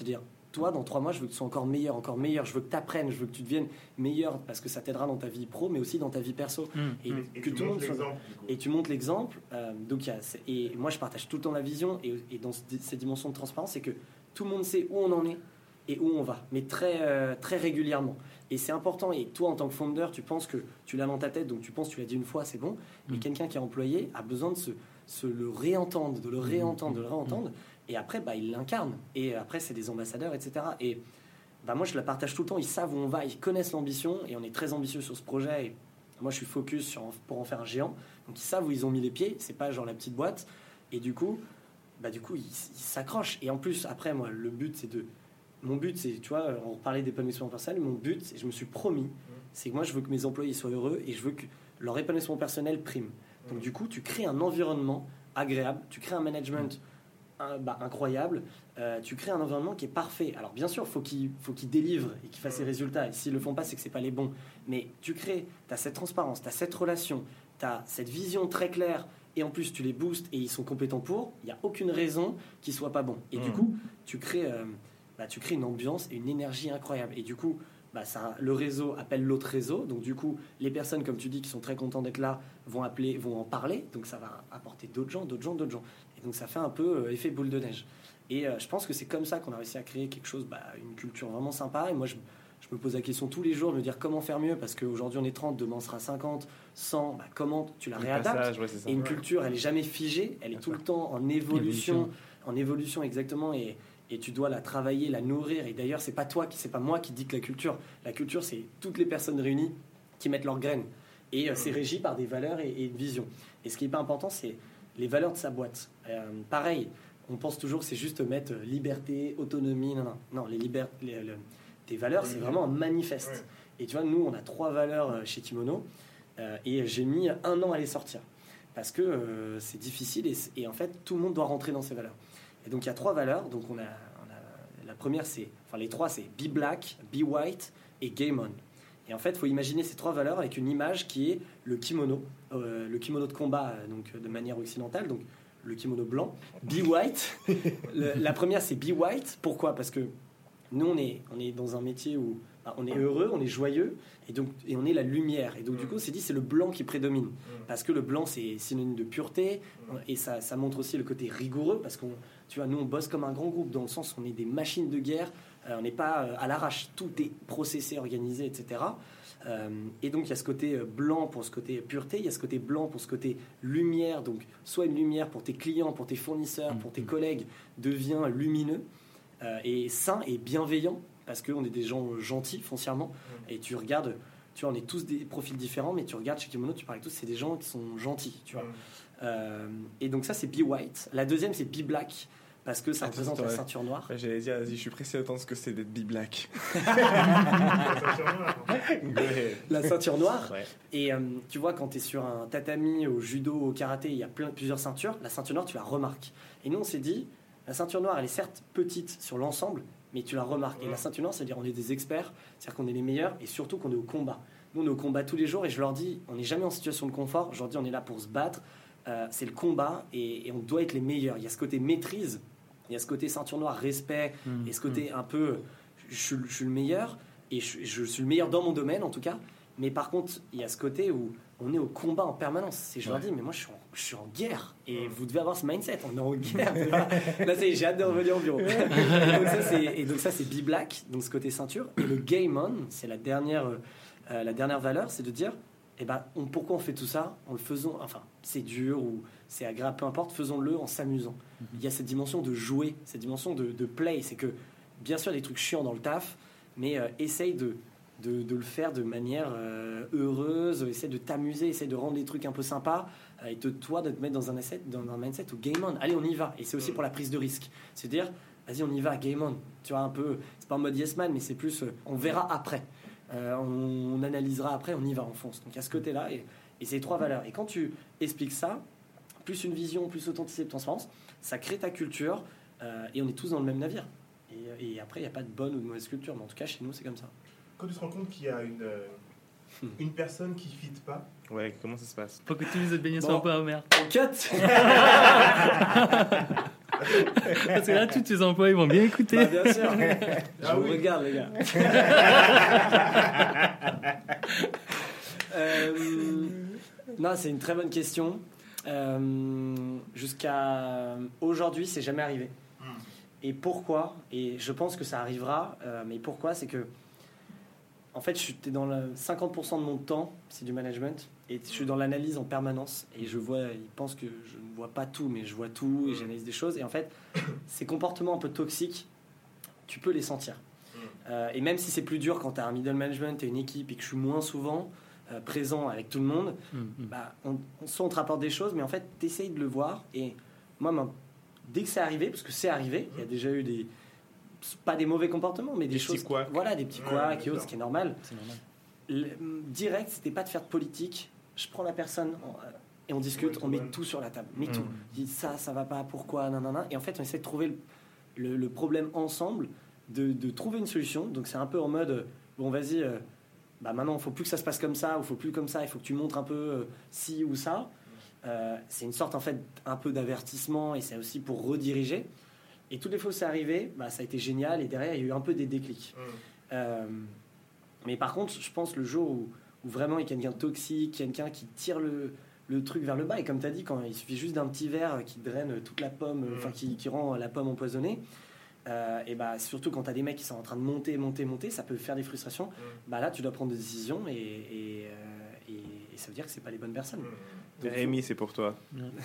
toi, dans trois mois, je veux que tu sois encore meilleur, encore meilleur. Je veux que tu apprennes, je veux que tu deviennes meilleur parce que ça t'aidera dans ta vie pro, mais aussi dans ta vie perso. Mmh. Et, Mmh. Et que tu tout le montres monde soit- l'exemple, du coup. Et tu montres l'exemple. euh, donc, il y a- c'est- et moi, je partage tout le temps la vision. Et, et dans ce- ces dimensions de transparence, c'est que tout le monde sait où on en est et où on va, mais très, euh, très régulièrement. Et c'est important. Et toi, en tant que founder, tu penses que tu l'as dans ta tête, donc tu penses que tu l'as dit une fois, c'est bon. Mais Mm. quelqu'un qui est employé a besoin de se, se le réentendre, de le réentendre, de le réentendre. Et après, bah, il l'incarne. Et après, c'est des ambassadeurs, et cetera. Et bah, moi, je la partage tout le temps. Ils savent où on va, ils connaissent l'ambition. Et on est très ambitieux sur ce projet. Et moi, je suis focus sur, pour en faire un géant. Donc, ils savent où ils ont mis les pieds. C'est pas genre la petite boîte. Et du coup, bah, du coup ils ils s'accrochent. Et en plus, après, moi, le but, c'est de... Mon but, c'est, tu vois, on parlait d'épanouissement personnel. Mon but, c'est- je me suis promis, c'est que moi, je veux que mes employés soient heureux et je veux que leur épanouissement personnel prime. Donc, du coup, tu crées un environnement agréable, tu crées un management euh, bah, incroyable, euh, tu crées un environnement qui est parfait. Alors, bien sûr, faut qu'il faut qu'ils délivrent et qu'ils fassent ses résultats. Et s'ils le font pas, c'est que c'est pas les bons. Mais tu crées, tu as cette transparence, tu as cette relation, tu as cette vision très claire. Et en plus, tu les boostes et ils sont compétents pour. Il n'y a aucune raison qu'ils soient pas bons. Et du Mm. coup, tu crées, euh, bah, tu crées une ambiance et une énergie incroyable. Et du coup, bah, ça, le réseau appelle l'autre réseau. Donc du coup, les personnes, comme tu dis, qui sont très contents d'être là, vont appeler, vont en parler. Donc ça va apporter d'autres gens, d'autres gens, d'autres gens. Et donc ça fait un peu euh, effet boule de neige. Et euh, je pense que c'est comme ça qu'on a réussi à créer quelque chose, bah, une culture vraiment sympa. Et moi, je, je me pose la question tous les jours de me dire comment faire mieux. Parce qu'aujourd'hui, on est trente, demain, on sera cinquante, cent. Bah, comment tu la Le réadaptes? passage, ouais, c'est ça. Et une culture, elle est jamais figée, elle est tout le temps en évolution, Évolution. en évolution exactement, et, et tu dois la travailler, la nourrir. Et d'ailleurs, c'est pas toi, qui, c'est pas moi qui dicte la culture. La culture, c'est toutes les personnes réunies qui mettent leurs graines, et euh, c'est régi par des valeurs et, et une vision. Et ce qui est pas important, c'est les valeurs de sa boîte. Euh, pareil, on pense toujours que c'est juste mettre euh, liberté, autonomie, non, non, non, les liber- les- le- tes valeurs, c'est vraiment un manifeste. Ouais. Et tu vois, nous, on a trois valeurs euh, chez Kimono, euh, et j'ai mis un an à les sortir. Parce que euh, c'est difficile et, et en fait, tout le monde doit rentrer dans ces valeurs. Et donc, il y a trois valeurs. Donc, on a, on a- la première, c'est, enfin, les trois, c'est Be Black, Be White et Game On. Et en fait, il faut imaginer ces trois valeurs avec une image qui est le kimono, euh, le kimono de combat, euh, donc de manière occidentale, donc le kimono blanc. Be White. Le- la première, c'est Be White. Pourquoi? Parce que nous, on est, on est dans un métier où bah, on est heureux, on est joyeux, et, donc, et on est la lumière. Et donc, du coup, c'est dit, c'est le blanc qui prédomine. Parce que le blanc, c'est synonyme de pureté, et ça, ça montre aussi le côté rigoureux, parce qu'on, tu vois, nous, on bosse comme un grand groupe, dans le sens où on est des machines de guerre, euh, on n'est pas euh, à l'arrache, tout est processé, organisé, et cetera. Euh, et donc, il y a ce côté euh, blanc pour ce côté pureté, il y a ce côté blanc pour ce côté lumière, donc soit une lumière pour tes clients, pour tes fournisseurs, pour tes collègues, devient lumineux, euh, et sain et bienveillant, parce qu'on est des gens gentils foncièrement, et tu regardes, tu vois, on est tous des profils différents, mais tu regardes chez Kimono, tu parles tous, c'est des gens qui sont gentils, tu vois. Euh, et donc ça, c'est Be White. La deuxième, c'est Be Black, parce que ça Attends, représente la ouais. ceinture noire. Ouais, j'allais dire, vas-y, je suis pressé d'entendre ce que c'est d'être Be-Black. Ouais. La ceinture noire. Ouais. Et euh, tu vois, quand tu es sur un tatami, au judo, au karaté, il y a plein, plusieurs ceintures. La ceinture noire, tu la remarques. Et nous, on s'est dit, la ceinture noire, elle est certes petite sur l'ensemble, mais tu la remarques. Et la ceinture noire, c'est-à-dire on est des experts, c'est-à-dire qu'on est les meilleurs, et surtout qu'on est au combat. Nous, on est au combat tous les jours, et je leur dis, on n'est jamais en situation de confort. Je leur dis, on est là pour se battre. Euh, c'est le combat, et, et on doit être les meilleurs. Il y a ce côté maîtrise, il y a ce côté ceinture noire, respect, Mmh. et ce côté un peu, je, suis- je suis le meilleur, et je, je suis le meilleur dans mon domaine en tout cas. Mais par contre, il y a ce côté où on est au combat en permanence. Et je leur dis, mais moi, je suis, en, je suis en guerre. Et vous devez avoir ce mindset. On est en guerre. Là, ça y est, j'ai hâte de revenir au bureau. et, donc ça, c'est, et donc ça, c'est Be Black, donc ce côté ceinture. Et le Game On, c'est la dernière, euh, la dernière valeur, c'est de dire, eh ben, on, pourquoi on fait tout ça? En le faisant, enfin, c'est dur ou c'est agréable, peu importe, faisons-le en s'amusant. Il y a cette dimension de jouer, cette dimension de, de play. C'est que, bien sûr, il y a des trucs chiants dans le taf, mais euh, essaye de, de, de le faire de manière euh, heureuse, essaye de t'amuser, essaye de rendre les trucs un peu sympas, euh, et de toi, de te mettre dans un, asset, dans un mindset où game on, allez, on y va. Et c'est aussi pour la prise de risque. C'est-à-dire, vas-y, on y va, game on. Tu vois, un peu, c'est pas en mode yes man, mais c'est plus, euh, on verra après. Euh, on, on analysera après, on y va, on fonce. Donc, il y a ce côté-là, et, et c'est les trois valeurs. Et quand tu expliques ça, plus une vision, plus authenticité et transparence, ça crée ta culture, euh, et on est tous dans le même navire. Et, et après, il n'y a pas de bonne ou de mauvaise culture, mais en tout cas, chez nous, c'est comme ça. Quand tu te rends compte qu'il y a une, euh, une personne qui ne fit pas, Ouais, comment ça se passe? Faut que tous les autres beignets Bon. soient un peu amers. On cut. Parce que là, tous tes employés vont bien écouter. Bah, bien sûr. Je Ah vous oui. regarde, les gars. Euh, non, c'est une très bonne question. Euh, jusqu'à aujourd'hui, c'est jamais arrivé. Mm. Et pourquoi ? Et je pense que ça arrivera. euh, mais pourquoi ? C'est que, en fait, je suis t'es dans le cinquante pour cent de mon temps, c'est du management, et je suis dans l'analyse en permanence. Et je vois, ils pensent que je ne vois pas tout, mais je vois tout et j'analyse des choses. Et en fait, ces comportements un peu toxiques, tu peux les sentir. Euh, et même si c'est plus dur quand tu as un middle management et une équipe et que je suis moins souvent euh, présent avec tout le monde, Mm, mm. bah, on, on, soit on te rapporte des choses, mais en fait, tu essayes de le voir. Et moi, ma- dès que c'est arrivé, parce que c'est arrivé, il y a déjà eu des. Pas des mauvais comportements, mais des, Des choses. petits couacs. Voilà, des petits Ouais, couacs bien et autres, sûr. ce qui est normal. C'est normal. Le- direct, c'était pas de faire de politique. Je prends la personne en- et on discute, Ouais, on met ouais. tout sur la table. Mais Mm. tout. Je dis ça, ça va pas, pourquoi, nanana. Et en fait, on essaie de trouver le, le- le problème ensemble, de, de trouver une solution. Donc c'est un peu en mode, bon, vas-y, euh, bah maintenant, il faut plus que ça se passe comme ça, ou il faut plus comme ça, il faut que tu montres un peu euh, ci ou ça. Euh, c'est une sorte, en fait, un peu d'avertissement, et c'est aussi pour rediriger. Et toutes les fois où c'est arrivé, bah, ça a été génial, et derrière, il y a eu un peu des déclics. Mm. Euh, mais par contre, je pense le jour où, où vraiment il y a quelqu'un de toxique, quelqu'un qui tire le, le truc vers le bas, et comme tu as dit, quand il suffit juste d'un petit verre qui draine toute la pomme, Mm. enfin qui, qui rend la pomme empoisonnée, euh, et bah surtout quand tu as des mecs qui sont en train de monter, monter, monter, ça peut faire des frustrations. Mm. Bah là, tu dois prendre des décisions, et, et, euh, et- et ça veut dire que c'est pas les bonnes personnes. Mm. Donc, Rémi, c'est pour toi.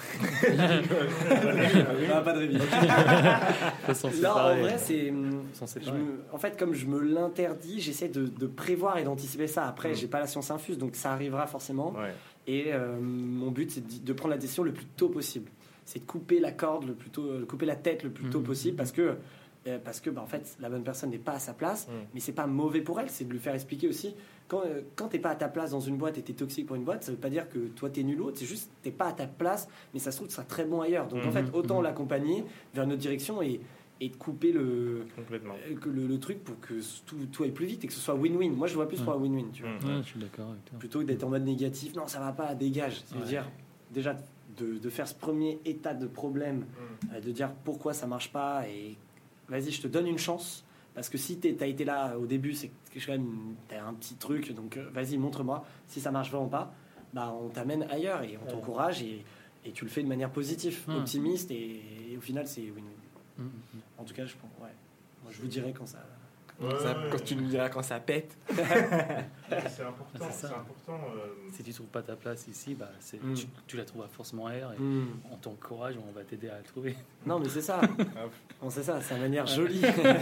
Ah, pas de Rémi. Faut s'en Là, en séparer. vrai, c'est. Faut s'en je séparer. me- en fait, comme je me l'interdis, j'essaie de, de prévoir et d'anticiper ça. Après, Mm. j'ai pas la science infuse, donc ça arrivera forcément. Ouais. Et euh, mon but, c'est de, de prendre la décision le plus tôt possible. C'est de couper la corde le plus tôt, euh, couper la tête le plus tôt Mhm. possible, parce que euh, parce que bah, en fait, la bonne personne n'est pas à sa place. Mm. Mais c'est pas mauvais pour elle. C'est de lui faire expliquer aussi. Quand euh, quand t'es pas à ta place dans une boîte et t'es toxique pour une boîte, ça veut pas dire que toi t'es nul ou autre. C'est juste t'es pas à ta place, mais ça se trouve tu seras très bon ailleurs. Donc en Mhm. fait, autant Mhm. l'accompagner vers une autre direction et et de couper le, Complètement. euh, que le, le truc pour que tout, tout aille plus vite et que ce soit win-win. Moi, je vois plus Ouais. pour un win-win, tu vois. Mm. Ouais, je suis d'accord avec toi. Plutôt que d'être en mode négatif, non, ça va pas, dégage. C'est à Ouais. dire, déjà, de, de faire ce premier état de problème, Mm. euh, de dire pourquoi ça marche pas et vas-y, je te donne une chance. Parce que si tu as été là au début, c'est que quand même t'as un petit truc, donc euh, vas-y, montre-moi. Si ça marche vraiment pas, bah, on t'amène ailleurs et on t'encourage et, et tu le fais de manière positive, Ouais. optimiste et, et au final, c'est win-win. Mm, mm. En tout cas, je pense, ouais. Moi, je vous dirai quand ça. Ouais, Ça- ouais, quand tu nous diras quand ça pète. ouais, c'est important, C'est c'est ça. important. euh, Si tu trouves pas ta place ici, bah, c'est, Mm. tu, tu la trouveras forcément ailleurs et Hmm. on t'encourage, on va t'aider à la trouver. Non, mais c'est ça. On sait ça, c'est une manière jolie.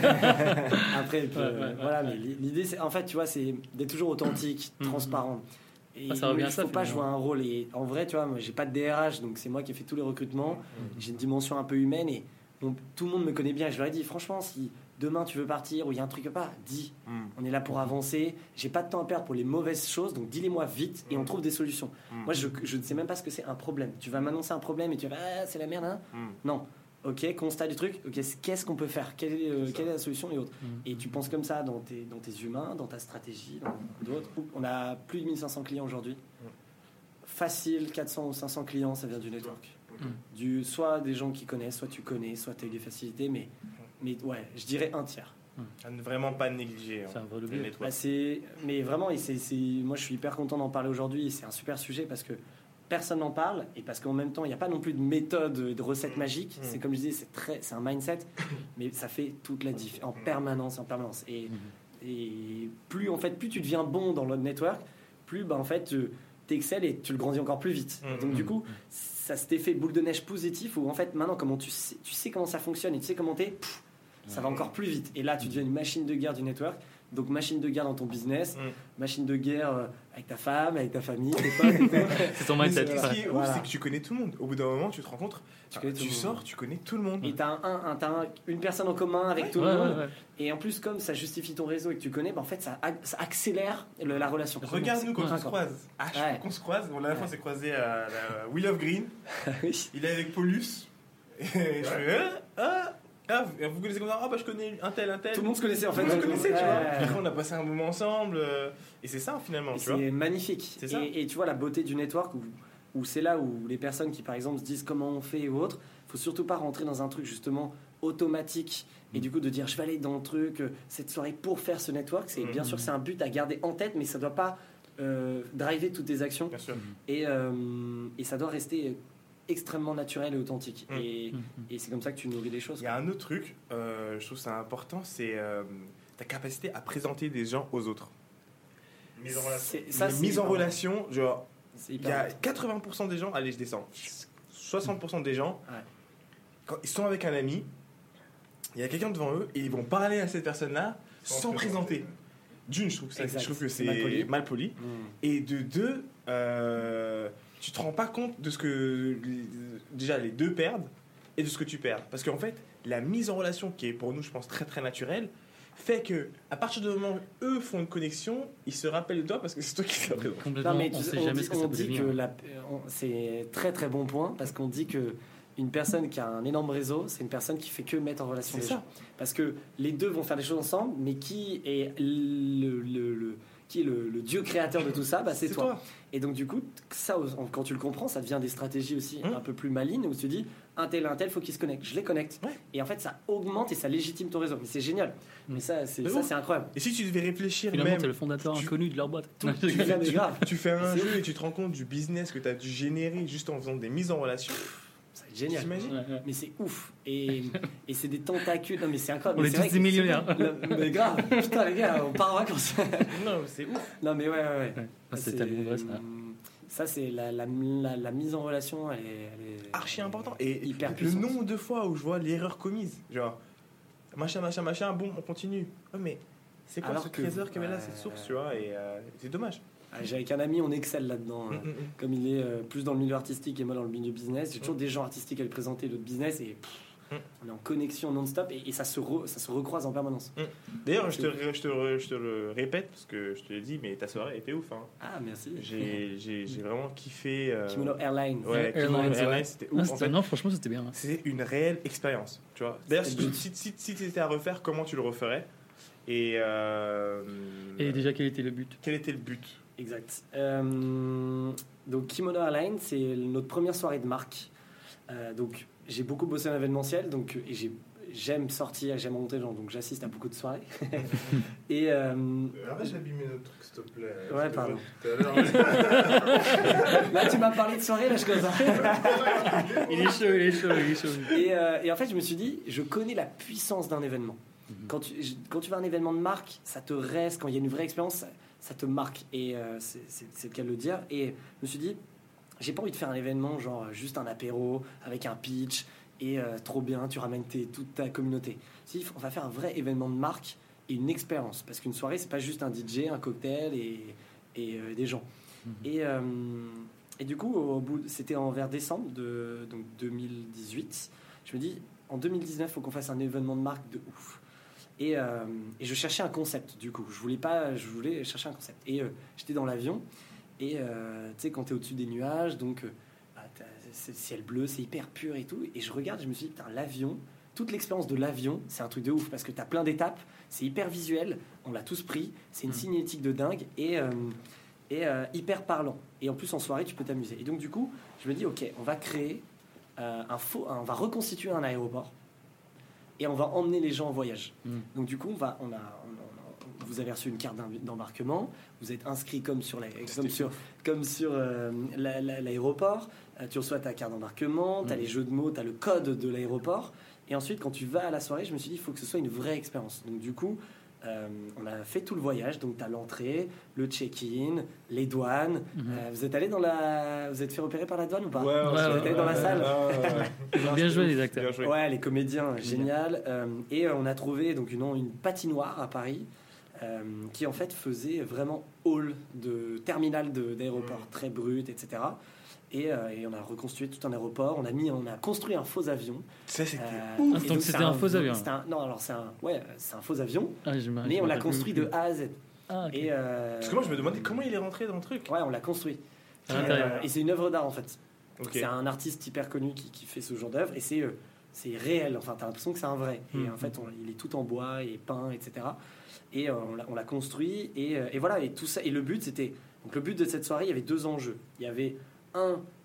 Après, puis, Ouais, euh, ouais, ouais, voilà, ouais. mais l'idée, c'est, en fait, tu vois, c'est d'être toujours authentique, Mhm. transparent. Et Ah, ça revient il à ça, faut pas jouer finalement. un rôle. Et en vrai, tu vois, moi, j'ai pas de D R H, donc c'est moi qui ai fait tous les recrutements. J'ai une dimension un peu humaine et bon, tout le monde me connaît bien. Et je leur ai dit, franchement, si demain tu veux partir ou il y a un truc pas, dis. Mm. On est là pour avancer. J'ai pas de temps à perdre pour les mauvaises choses, donc dis-les-moi vite et on trouve des solutions. Mm. Moi, je, je ne sais même pas ce que c'est un problème. Tu vas m'annoncer un problème et tu vas, ah, c'est la merde, hein. Mm. Non. Ok, constat du truc. Ok, qu'est-ce qu'on peut faire? Quelle est, euh, C'est ça. quelle est la solution et autres. Mm. Et tu penses comme ça dans tes, dans tes humains, dans ta stratégie, dans d'autres. On a plus de mille cinq cents clients aujourd'hui. Facile, quatre cents ou cinq cents clients, ça vient du network. Mm. Du, soit des gens qui connaissent, soit tu connais, soit tu as eu des facilités, mais, mais ouais, je dirais un tiers. À ne vraiment pas négliger. C'est hein, un vrai le levier. network. Bah, c'est, mais vraiment, et c'est, c'est, moi je suis hyper content d'en parler aujourd'hui. Et c'est un super sujet parce que personne n'en parle et parce qu'en même temps, il n'y a pas non plus de méthode et de recette magique. Mm. C'est comme je disais, c'est, très, c'est un mindset, mais ça fait toute la diff en permanence, en permanence. Et, Mhm. et plus en fait, plus tu deviens bon dans le network, plus bah, en fait, tu excelles et tu le grandis encore plus vite. Mm. Donc du coup, ça s'est fait boule de neige positif où en fait maintenant, comment tu sais, tu sais comment ça fonctionne et tu sais comment t'es, pff, ça va encore plus vite. Et là, tu deviens une machine de guerre du network. Donc machine de guerre dans ton business, Mm. machine de guerre euh, avec ta femme, avec ta famille, tes potes. et tout. C'est ton Mais mindset. ce qui est ouf, Voilà. c'est que tu connais tout le monde. Au bout d'un moment, tu te rends compte, Tu connais tu, tout le monde. sors, tu connais tout le monde. Et t'as, un, un, un- t'as un- une personne en commun avec tout Ouais, le ouais, monde. ouais. Et en plus, comme ça justifie ton réseau et que tu connais, bah, en fait, ça, ac- ça accélère le- la relation. Regarde-nous quand C'est on se cool. croise. Ah, je Ouais. crois qu'on se croise. On, la dernière fois, on s'est croisé à la Wheel of Green. Oui. Il est avec Paulus. Et je fais, ah, ah, ah, vous vous connaissez comme ça? Ah, bah je connais un tel, un tel. Tout le monde se connaissait en fait. Tout le monde se connaissait, tu vois. Ouais. Puis après, on a passé un moment ensemble. euh, Et c'est ça, finalement, Et tu vois. c'est magnifique. C'est ça. Et, et tu vois la beauté du network où, où c'est là où les personnes qui par exemple se disent comment on fait ou autre, faut surtout pas rentrer dans un truc justement automatique et du coup de dire je vais aller dans le truc euh, cette soirée pour faire ce network. C'est Mhm. bien sûr que c'est un but à garder en tête, mais ça doit pas euh, driver toutes tes actions Bien sûr. et, euh, et ça doit rester extrêmement naturel et authentique. Mhm. Et, Mhm. et c'est comme ça que tu nourris les choses. Il y a un autre truc, euh, je trouve ça important, c'est euh, ta capacité à présenter des gens aux autres. Mise en relation. C'est- ça, Les c'est mises en hyper- relation, genre, c'est il hyper y a important. quatre-vingts pour cent des gens, allez, je descends, soixante pour cent des gens, Ouais. quand ils sont avec un ami, il y a quelqu'un devant eux et ils vont parler à cette personne-là Sans sans présenter. présenter. D'une, je trouve que, ça- Exact. je trouve que C'est c'est mal poli. mal poli. Mm. Et de deux, euh, tu te rends pas compte de ce que les- déjà les deux perdent et de ce que tu perds. Parce qu'en fait, la mise en relation qui est pour nous, je pense, très très naturelle, fait que à partir du moment où eux font une connexion, ils se rappellent de toi parce que c'est toi qui l'as présent. Complètement, Non, mais on tu- sait on jamais dit, ce que ça on peut dit devenir. que la- on- c'est très très bon point parce qu'on dit que une personne qui a un énorme réseau, c'est une personne qui fait que mettre en relation C'est les ça. gens. Parce que les deux vont faire des choses ensemble, mais qui est le, le- le- qui est le, le dieu créateur de tout ça, bah, c'est toi. Et donc du coup, ça, quand tu le comprends, ça devient des stratégies aussi Hum. un peu plus malines où tu te dis un tel, un tel, faut qu'il se connecte. Je les connecte. Ouais. Et en fait, ça augmente et ça légitime ton réseau. Mais c'est génial. Mais ça, c'est De ça, ouf. c'est incroyable. Et si tu devais réfléchir Finalement, même, t'es le fondateur tu- inconnu de leur boîte. Tout, tu fais des graves. tu fais un C'est jeu et tu te rends compte du business que tu as dû générer juste en faisant des mises en relation. C'est génial. T'imagines? Ouais, ouais. Mais c'est ouf. Et, et c'est des tentacules. Non, mais c'est incroyable. On Mais est c'est tous vrai des que- millionnaires. Le- Mais grave. Putain, les gars, on part en vacances. Non, c'est ouf. Non, mais ouais, ouais, ouais. Ouais. Ah, c'est tellement vrai, ça. Ça, c'est la, la, la, la mise en relation. Elle est, elle est Archi important. Et hyper le puissante. nombre de fois où je vois l'erreur commise, genre machin, machin, machin, bon, on continue. Ouais, mais c'est quoi Alors ce que- trésor qu'il y avait là, ouais. cette source, tu vois, et euh, c'est dommage. Ah, j'ai avec un ami, on excelle là-dedans. Mm, euh, mm, mm. Comme il est euh, plus dans le milieu artistique et moi dans le milieu business, j'ai toujours des gens artistiques à lui présenter l'autre business et pff, Mm. on est en connexion non-stop et, et ça, se re- ça se recroise en permanence. D'ailleurs, je te, je, te, re- je te le répète, parce que je te l'ai dit, mais ta soirée était ouf. Hein. Ah, merci. J'ai j'ai- j'ai vraiment kiffé. euh, Kimono Airlines. Ouais, Airlines, Kimono ouais. Airlines, c'était Ah, ouf. En c'était- fait, non, franchement, c'était bien. c'est une réelle expérience. Tu vois. D'ailleurs, si, C'était tu- si, si, si tu étais à refaire, comment tu le referais? Et, euh, Et déjà, quel était le but? quel était le but? Exact. Euh, donc Kimono Airlines, c'est notre première soirée de marque. Euh, donc j'ai beaucoup bossé en événementiel, donc et j'ai j'aime sortir, j'aime rencontrer les gens, donc j'assiste à beaucoup de soirées. et euh, Euh, Arrête d'abîmer notre truc, s'il te plaît. Ouais, Je te pardon. vois tout à l'heure. là tu m'as parlé de soirée, là je commence à- Il est chaud, il est chaud, il est chaud. et, euh, et en fait je me suis dit, je connais la puissance d'un événement. Mhm. Quand tu, quand tu vas à un événement de marque, ça te reste, quand il y a une vraie expérience, ça, ça te marque. Et euh, c'est c'est- c'est le cas de le dire. Et je me suis dit, j'ai pas envie de faire un événement genre juste un apéro avec un pitch et euh, trop bien, tu ramènes tes- toute ta communauté. Si, on va faire un vrai événement de marque et une expérience. Parce qu'une soirée, c'est pas juste un D J, un cocktail et, et euh, des gens. Mhm. Et, euh, et du coup, au bout, c'était en vers décembre de donc deux mille dix-huit. Je me dis, en deux mille dix-neuf, il faut qu'on fasse un événement de marque de ouf. Et, euh, et je cherchais un concept, du coup. Je voulais pas, je voulais chercher un concept. Et euh, j'étais dans l'avion. Et euh, tu sais, quand tu es au-dessus des nuages, donc euh, bah, t'as- c'est le ciel bleu, c'est hyper pur et tout. Et je regarde, je me suis dit, putain, l'avion, toute l'expérience de l'avion, c'est un truc de ouf parce que tu as plein d'étapes, c'est hyper visuel, on l'a tous pris, c'est une Mm. cinétique de dingue et, euh, et euh, hyper parlant. Et en plus, en soirée, tu peux t'amuser. Et donc, du coup, je me dis, ok, on va créer euh, un faux, on va reconstituer un aéroport et on va emmener les gens en voyage. Mm. Donc, du coup, on va, on a, on a- on- vous avez reçu une carte d'em- d'embarquement, vous êtes inscrit comme sur la, comme sur, comme sur euh, la- la- l'aéroport. Euh, tu reçois ta carte d'embarquement, tu as Mhm. les jeux de mots, tu as le code de l'aéroport. Et ensuite, quand tu vas à la soirée, je me suis dit, il faut que ce soit une vraie expérience. Donc, du coup, euh, on a fait tout le voyage. Donc, tu as l'entrée, le check-in, les douanes. Mhm. Euh, vous êtes allé dans la. Vous êtes fait repérer par la douane ou pas Ouais, ouais, Vous êtes allé dans la salle Ils ont bien joué, les acteurs. Bien joué. Ouais, les comédiens, génial. Euh, et euh, on a trouvé donc une, une patinoire à Paris euh, qui en fait faisait vraiment hall de terminal de- d'aéroport, Mm. très brut, et cetera. Et, euh, et on a reconstruit tout un aéroport. On a mis, on a construit un faux avion. Ça, c'était Euh, Ouf, et donc donc c'était c'est un faux avion. c'était un- non, alors c'est un, ouais, c'est un faux avion, Ah, je me- mais je on me l'a rappelle construit plus. de A à Z. Ah, ok. Et euh, Parce que moi, je me demandais comment il est rentré dans le truc. ouais, on l'a construit. À Et, l'intérieur. euh, et c'est une œuvre d'art en fait. Ok. C'est un artiste hyper connu qui, qui fait ce genre d'œuvre et c'est euh, c'est réel. Enfin, t'as l'impression que c'est un vrai. Et Mhm. en fait, on- il est tout en bois et peint, et cetera. Et euh, on l'a- on l'a construit et, euh, et voilà. Et tout ça. Et le but, c'était donc le but de cette soirée. Il y avait deux enjeux. Il y avait un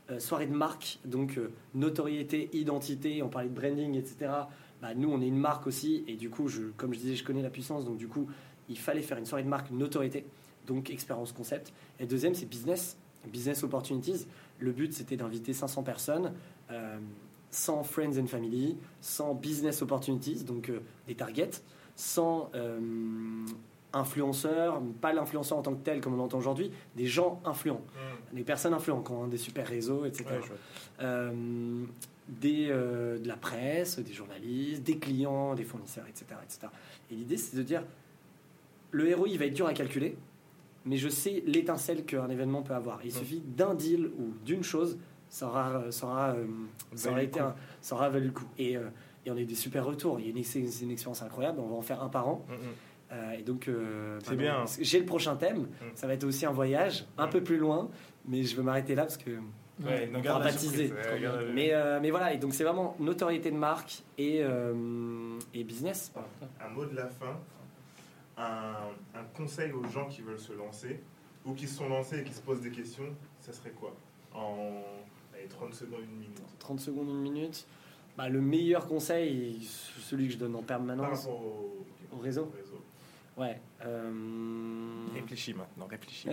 euh, soirée de marque, donc euh, notoriété, identité, on parlait de branding, et cetera. Bah, nous, on est une marque aussi, et du coup, je, comme je disais, je connais la puissance, donc du coup, il fallait faire une soirée de marque notoriété, donc expérience concept. Et le deuxième, c'est business, business opportunities. Le but, c'était d'inviter cinq cents personnes, euh, sans friends and family, sans business opportunities, donc euh, des targets, sans euh, influenceurs, pas l'influenceur en tant que tel comme on l'entend aujourd'hui, des gens influents, mmh. des personnes influentes qui ont des super réseaux, et cetera. Ouais, euh, des, euh, de la presse, des journalistes, des clients, des fournisseurs, et cetera, et cetera. Et l'idée, c'est de dire, le R O I il va être dur à calculer, mais je sais l'étincelle qu'un événement peut avoir. Il mmh. suffit d'un deal ou d'une chose, ça aura, ça aura, euh, ça aura, été un, ça aura valu le coup. Et, euh, et on a eu des super retours. Il y a une, c'est une expérience incroyable. On va en faire un par an. Mmh. Euh, et donc, euh, c'est bien. J'ai le prochain thème. Mmh. Ça va être aussi un voyage un mmh. peu plus loin, mais je veux m'arrêter là parce que ouais, on va baptiser. Ouais, mais, euh, mais voilà. Et donc, c'est vraiment notoriété de marque et, euh, et business. Voilà. Un mot de la fin. Un, un conseil aux gens qui veulent se lancer ou qui se sont lancés et qui se posent des questions, ça serait quoi en allez, trente secondes, une minute trente secondes, une minute. Bah, le meilleur conseil, celui que je donne en permanence. Par rapport au, au réseau. Au réseau. Ouais. Euh... Réfléchis maintenant, réfléchis.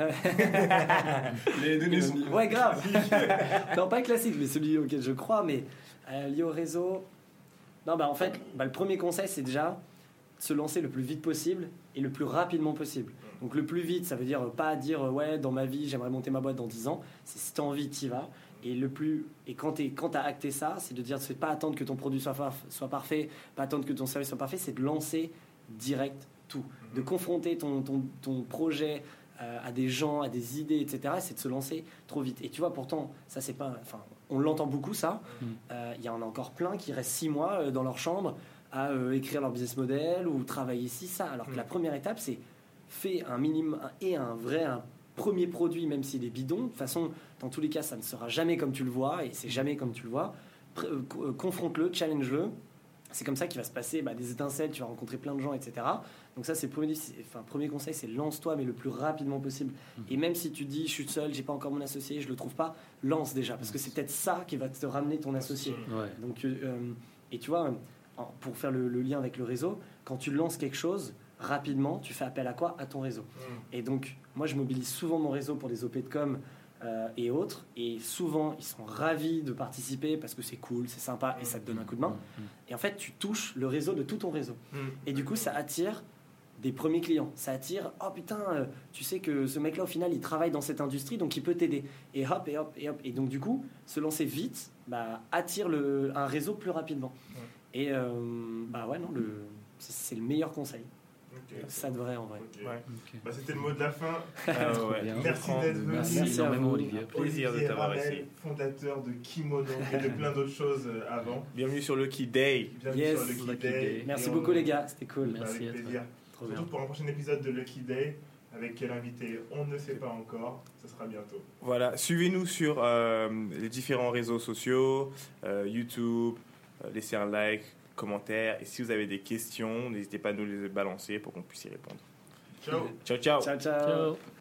Les données sont... Ouais, grave. Non, pas classique, mais celui auquel je crois, mais euh, lié au réseau. Non, bah en fait, bah, le premier conseil, c'est déjà se lancer le plus vite possible et le plus rapidement possible. Donc le plus vite, ça veut dire pas dire ouais, dans ma vie, j'aimerais monter ma boîte dans dix ans. C'est si tu as envie, tu y vas. Et le plus et quand tu quand as acté ça, c'est de dire c'est pas attendre que ton produit soit soit parfait, pas attendre que ton service soit parfait, c'est de lancer direct tout, de confronter ton ton, ton projet euh, à des gens, à des idées, et cetera. C'est de se lancer trop vite. Et tu vois, pourtant, ça c'est pas, enfin, on l'entend beaucoup ça. Il euh, y en a encore plein qui restent six mois euh, dans leur chambre à euh, écrire leur business model ou travailler ici ça. Alors que la première étape, c'est fait un minimum et un vrai un premier produit, même s'il est bidon. De toute façon, dans tous les cas, ça ne sera jamais comme tu le vois, et c'est jamais comme tu le vois. Pré- euh, confronte-le, challenge-le. C'est comme ça qu'il va se passer bah, des étincelles, tu vas rencontrer plein de gens, et cetera. Donc ça, c'est le premier, c'est, enfin, premier conseil, c'est lance-toi, mais le plus rapidement possible. Mmh. Et même si tu dis, je suis seul, j'ai pas encore mon associé, je le trouve pas, lance déjà, parce que c'est peut-être ça qui va te ramener ton associé. Ouais. Donc, euh, et tu vois, pour faire le, le lien avec le réseau, quand tu lances quelque chose, rapidement, tu fais appel à quoi? À ton réseau. Mmh. Et donc, moi, je mobilise souvent mon réseau pour des O P de com euh, et autres. Et souvent, ils sont ravis de participer parce que c'est cool, c'est sympa et ça te donne un coup de main. Mmh. Et en fait, tu touches le réseau de tout ton réseau. Mmh. Et du coup, ça attire des premiers clients. Ça attire, oh putain, euh, tu sais que ce mec-là, au final, il travaille dans cette industrie, donc il peut t'aider. Et hop, et hop, et hop. Et donc, du coup, se lancer vite bah, attire le, un réseau plus rapidement. Mmh. Et euh, bah ouais, non, le, c'est, c'est le meilleur conseil. Okay. Ça devrait en vrai. Okay. Ouais. Okay. Bah, c'était le mot de la fin. Ah, ouais. Merci d'être venu. Merci, Merci énormément Olivier. Plaisir de t'avoir Ramel, ici. Fondateur de Kimono et de plein d'autres choses avant. Bienvenue sur Lucky Day. Bienvenue yes, sur Lucky, Lucky Day. Day. Merci beaucoup les gars, c'était cool. Bah, Merci. Avec plaisir. Trop Surtout bien. pour un prochain épisode de Lucky Day. Avec quel invité, on ne sait pas encore. Ce sera bientôt. Voilà, suivez-nous sur euh, les différents réseaux sociaux, euh, YouTube, euh, laissez un like, commentaire. Et si vous avez des questions, n'hésitez pas à nous les balancer pour qu'on puisse y répondre. Ciao. Ciao, ciao. Ciao, ciao. Ciao.